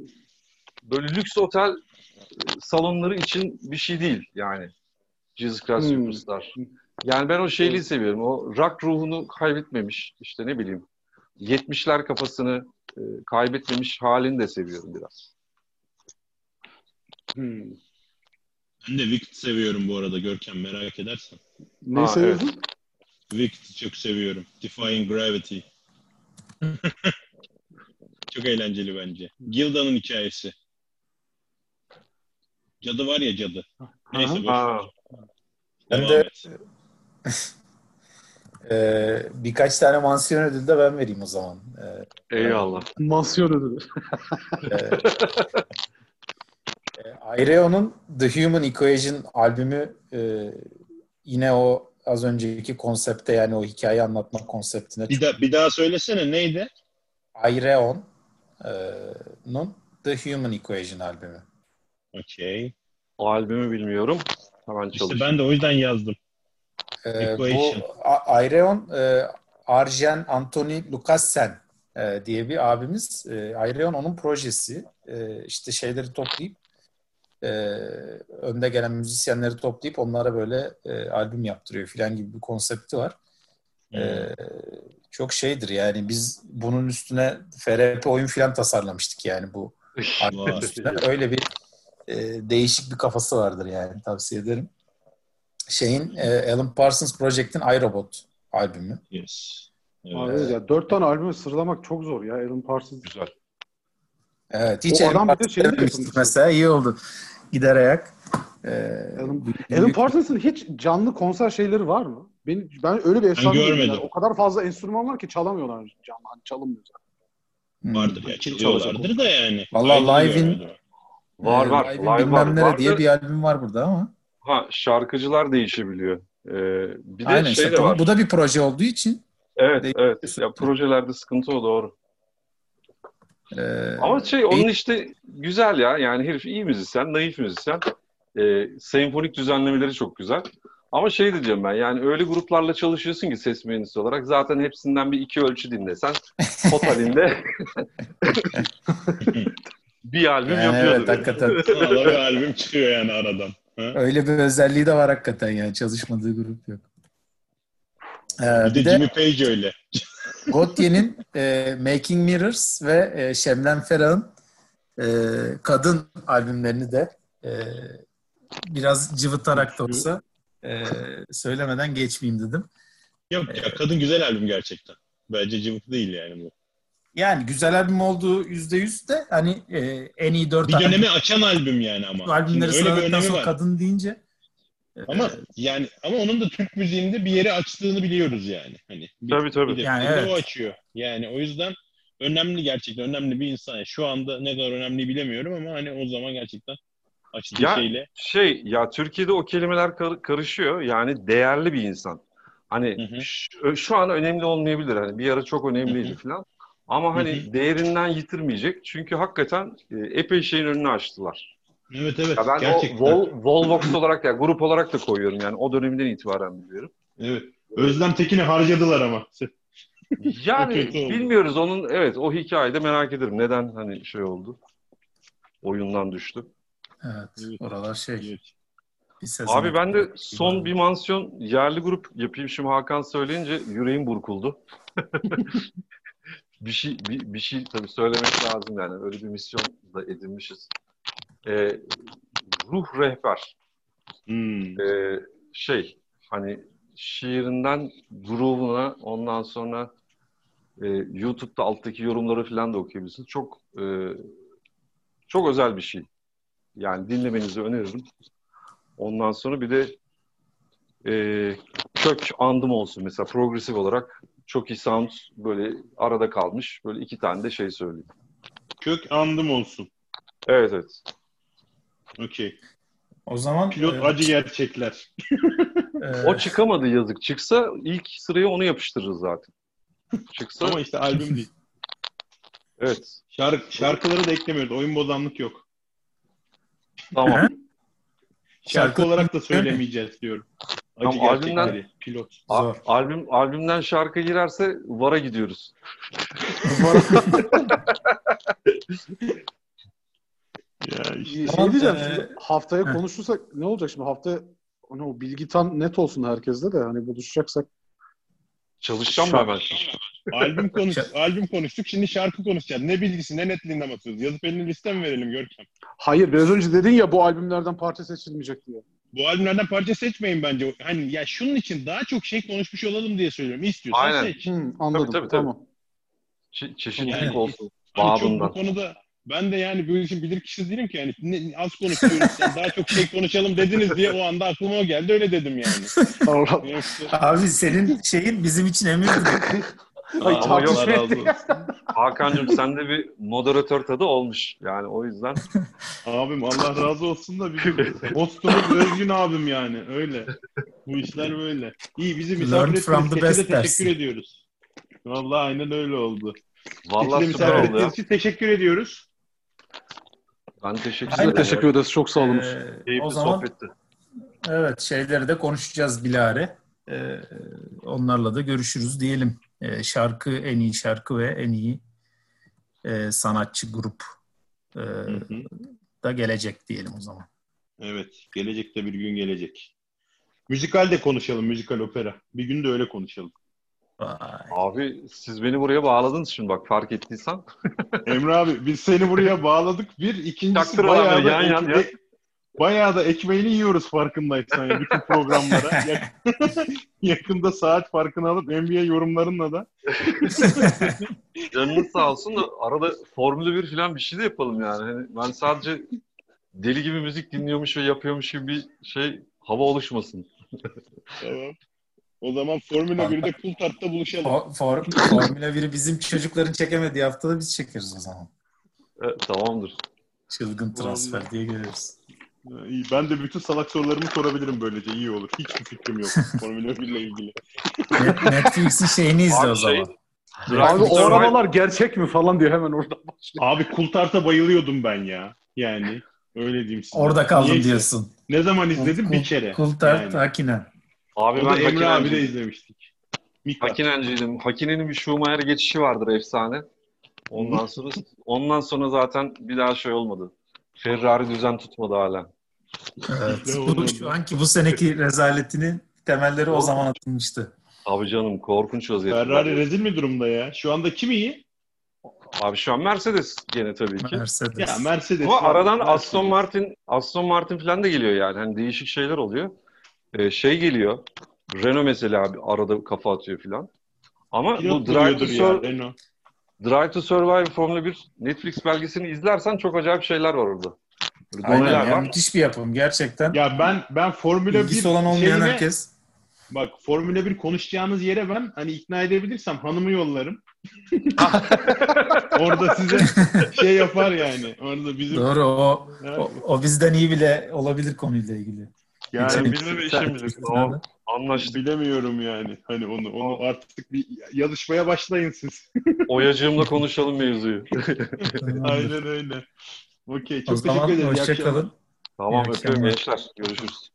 böyle lüks otel salonları için bir şey değil yani Jesus Christ Superstar. Yani ben o şeyliği seviyorum. O rock ruhunu kaybetmemiş işte ne bileyim 70'ler kafasını kaybetmemiş halini de seviyorum biraz. Ben de Wicked seviyorum bu arada Görkem merak edersen. Ne seviyorsun? Evet. Wicked çok seviyorum. Defying Gravity. Çok eğlenceli bence. Gilda'nın hikayesi. Cadı var ya cadı. Neyse boş ver. Ben Devam de et. birkaç tane mansiyon ödülü de ben vereyim o zaman. Eyvallah. Mansiyon ödülü. Aireo'nun The Human Equation albümü yine o az önceki konsepte yani o hikaye anlatma konseptine Bir daha söylesene neydi? Aireo'nun The Human Equation albümü. Okey. O albümü bilmiyorum. Hemen İşte çalışayım. ben de o yüzden yazdım. Bu Aireon Arjen Anthony Lucassen diye bir abimiz. Aireon onun projesi. İşte şeyleri toplayıp önde gelen müzisyenleri toplayıp onlara böyle albüm yaptırıyor filan gibi bir konsepti var. Çok şeydir yani biz bunun üstüne FRP oyun filan tasarlamıştık yani bu albümün üstüne. Öyle bir değişik bir kafası vardır yani tavsiye ederim. Alan Parsons Project'in iRobot albümü. Yes. Abi ya 4 tane albümü sıralamak çok zor ya Alan Parsons. Güzel. Evet, hiç o Alan adam bir de Parsons şeyi dememiştik yapılmış. mesela iyi oldu. Gider ayak. Alan Parsons'ın hiç canlı konser şeyleri var mı? Ben öyle bir efsane görmedim. Yani o kadar fazla enstrüman var ki çalamıyorlar canlı. Hani çalınmıyor zaten. Vardır ya çalıyorlardır da yani. Vallahi Live'in var. Live'in bilmem nere diye bir albüm var burada ama. Şarkıcılar değişebiliyor. Bir de aynen, şey işte de var. Bu da bir proje olduğu için. Evet. Ya projelerde sıkıntı o doğru. Ama onun işte güzel ya. Yani herif iyi müzisyen, naif müzisyen. Senfonik düzenlemeleri çok güzel. Ama şey diyeceğim ben yani öyle gruplarla çalışıyorsun ki ses mühendisi olarak zaten hepsinden bir iki ölçü dinlesen totalinde bir albüm yani yapıyordur. Evet hakikaten. Bir albüm çıkıyor yani aradan. Öyle bir özelliği de var hakikaten yani çalışmadığı grup yok. Bir de Jimmy Page öyle. Gautier'in Making Mirrors ve Şebnem Ferah'ın Kadın albümlerini de biraz cıvıtarak da olsa söylemeden geçmeyeyim dedim. Yok ya Kadın güzel albüm gerçekten. Bence cıvık değil yani bu. Yani güzel albüm olduğu %100 de hani en iyi 4 Bir dönemi açan albüm yani ama. albümleri Şimdi öyle bir sıraladıktan önemi sonra var. kadın deyince Ama yani onun da Türk müziğinde bir yeri açtığını biliyoruz yani. Hani Tabii, tabii. Bir de Yani o evet. açıyor. Yani o yüzden önemli, gerçekten önemli bir insan. Yani şu anda ne kadar önemli bilemiyorum ama hani o zaman gerçekten açtığı Ya şeyle. ya Türkiye'de o kelimeler karışıyor. Yani değerli bir insan. Hani Hı hı. şu an önemli olmayabilir. Hani bir ara çok önemliydi Hı hı. falan. Ama Hı hani hı. değerinden yitirmeyecek. Çünkü hakikaten epey şeyin önünü açtılar. Evet, Ya ben o gerçekten. Volvox olarak ya grup olarak da koyuyorum yani o döneminden itibaren biliyorum. Evet. Özlem Tekin'i harcadılar ama. O Yani kötü oldu. bilmiyoruz onun, evet, o hikayede merak ederim. Neden hani şey oldu? Oyundan düştü. evet, oralar Evet. bir sezona Abi ben de kadar son bir mansiyon yerli grup yapayım. Şimdi Hakan söyleyince yüreğim burkuldu. Bir şey tabii söylemek lazım yani. Öyle bir misyon da edinmişiz. Ruh rehber. Hmm. Hani şiirinden groove'una, ondan sonra YouTube'da alttaki yorumları falan da okuyabilirsiniz. Çok özel bir şey. Yani dinlemenizi öneririm. Ondan sonra bir de kök andım olsun mesela progresif olarak çok iyi sound, böyle arada kalmış. Böyle 2 tane de şey söyleyeyim. Kök andım olsun. Evet, evet. Okey. O zaman Pilot acı gerçekler. O çıkamadı yazık. Çıksa ilk sıraya onu yapıştırırız zaten. Çıksa Ama işte albüm değil. evet. Şarkıları da eklemiyoruz. Oyun bozanlık yok. Tamam. Şarkı olarak da dinliyor muyum? söylemeyeceğiz diyorum. Acı Tamam, gerçekleri. Pilot. Zor. Albümden şarkı girerse VAR'a gidiyoruz. Ya işte. Şey diyeceğim Tamam, şimdi haftaya heh. konuşursak ne olacak şimdi haftaya hani o bilgi tam net olsun herkeste de hani buluşacaksak Çalışacağım mı hemen şimdi? Albüm konuştuk. Şimdi şarkı konuşacağız. Ne bilgisi, ne netliğinden bakıyoruz. Yazıp eline liste mi verelim Görkem? hayır biraz önce dedin ya bu albümlerden parça seçilmeyecek diye. Bu albümlerden parça seçmeyin bence. Hani ya şunun için daha çok şey konuşmuş olalım diye söylüyorum. İstiyorsan Aynen. seç. Anladım. Tabii. Tamam. Çeşitlilik Yani olsun. hani çok bu Babından. konuda ben de yani böyle için bilir kişi değilim ki yani az konuşuyoruz sen daha çok şey konuşalım dediniz diye o anda aklıma o geldi öyle dedim yani. Abi senin şeyin bizim için emirdir. Ay, Ama yok, Allah razı olsun. Hakan'cığım sende bir moderatör tadı olmuş. Yani o yüzden. Abim Allah razı olsun da bizim hostumuz Özgün abim yani öyle. Bu işler böyle. İyi bizi misafir Learn from ettiğiniz the için de best teşekkür dersin. ediyoruz. Vallahi aynen öyle oldu. Vallahi Keçi de süper misafir oldu ya. ettiğiniz için teşekkür ediyoruz. Ben teşekkür Size ederim. teşekkür ederiz. Çok sağ olunuz. O Keyifli zaman sohbetti. evet şeyleri de konuşacağız bilahare. Onlarla da görüşürüz diyelim. Şarkı, en iyi şarkı ve en iyi sanatçı grup da gelecek diyelim o zaman. Evet. Gelecekte bir gün gelecek. Müzikal de konuşalım. Müzikal opera. Bir gün de öyle konuşalım. Vay. Abi siz beni buraya bağladınız şimdi bak fark ettiysen. Emre abi biz seni buraya bağladık. İkincisi Çaktır bayağı abi, da, yan ya. bayağı da ekmeğini yiyoruz farkındaysan ya bütün programlara. Yakında saat farkını alıp NBA yorumlarınla da. Canınız sağ olsun da arada Formula 1 falan bir şey de yapalım yani. Hani ben sadece deli gibi müzik dinliyormuş ve yapıyormuş gibi bir şey hava oluşmasın. Tamam. O zaman Formula 1'de Coulthard'da buluşalım. Formula 1'i bizim çocukların çekemediği haftada biz çekeriz o zaman. Evet, tamamdır. Çılgın transfer diye görüyoruz. İyi. Ben de bütün salak sorularımı sorabilirim böylece. İyi olur. Hiçbir fikrim yok Formula 1 ile ilgili. Netflix'in şeyini izle Abi o zaman. Abi o arabalar gerçek mi falan diyor hemen orada başlıyor. Abi Coulthard'a bayılıyordum ben ya. Yani öyle diyeyim size. Orada kaldım Niyeyse. diyorsun. Ne zaman izledim? Bir kere. Coulthard, Yani. Hakinen. Abi O ben da Emre abi de Hakinenciydim. izlemiştik. Mika. Hakinenciydim. Hakine'nin bir Schumacher geçişi vardır efsane. Ondan sonra zaten bir daha şey olmadı. Ferrari düzen tutmadı hala. Evet. Şu anki bu seneki rezaletinin temelleri o zaman atılmıştı. Abi canım korkunç vaziyette. Ferrari rezil mi durumda ya? Şu anda kim iyi? Abi şu an Mercedes gene tabii ki. Mercedes. Ya Mercedes. Ama aradan Mercedes. Aston Martin falan da geliyor yani. Hani değişik şeyler oluyor. Şey geliyor. Renault mesela abi arada kafa atıyor falan. Ama Pilot bu Drive to buluyordur ya Renault. Drive to Survive Formula 1 Netflix belgeselini izlersen çok acayip şeyler var orada. Aynen Doneler ya, var. müthiş bir yapım gerçekten. Ya ben Formula 1 İlgisi olan olmayan şeyine, herkes. bak Formula 1 konuşacağınız yere ben hani ikna edebilirsem hanımı yollarım. Orada size şey yapar yani. Orada bizim Doğru, o bizden iyi bile olabilir konuyla ilgili. yani Bizim işimiz. Tamam. Anlaştık. bilemiyorum yani. Hani onu artık bir yazışmaya başlayın siz. Oyacığımla konuşalım mevzuyu. Aynen öyle. Okey. O Çok teşekkür zaman ederim. İyi hoşça akşamlar. kalın. Tamam İyi öpüyorum akşamlar. gençler. Görüşürüz.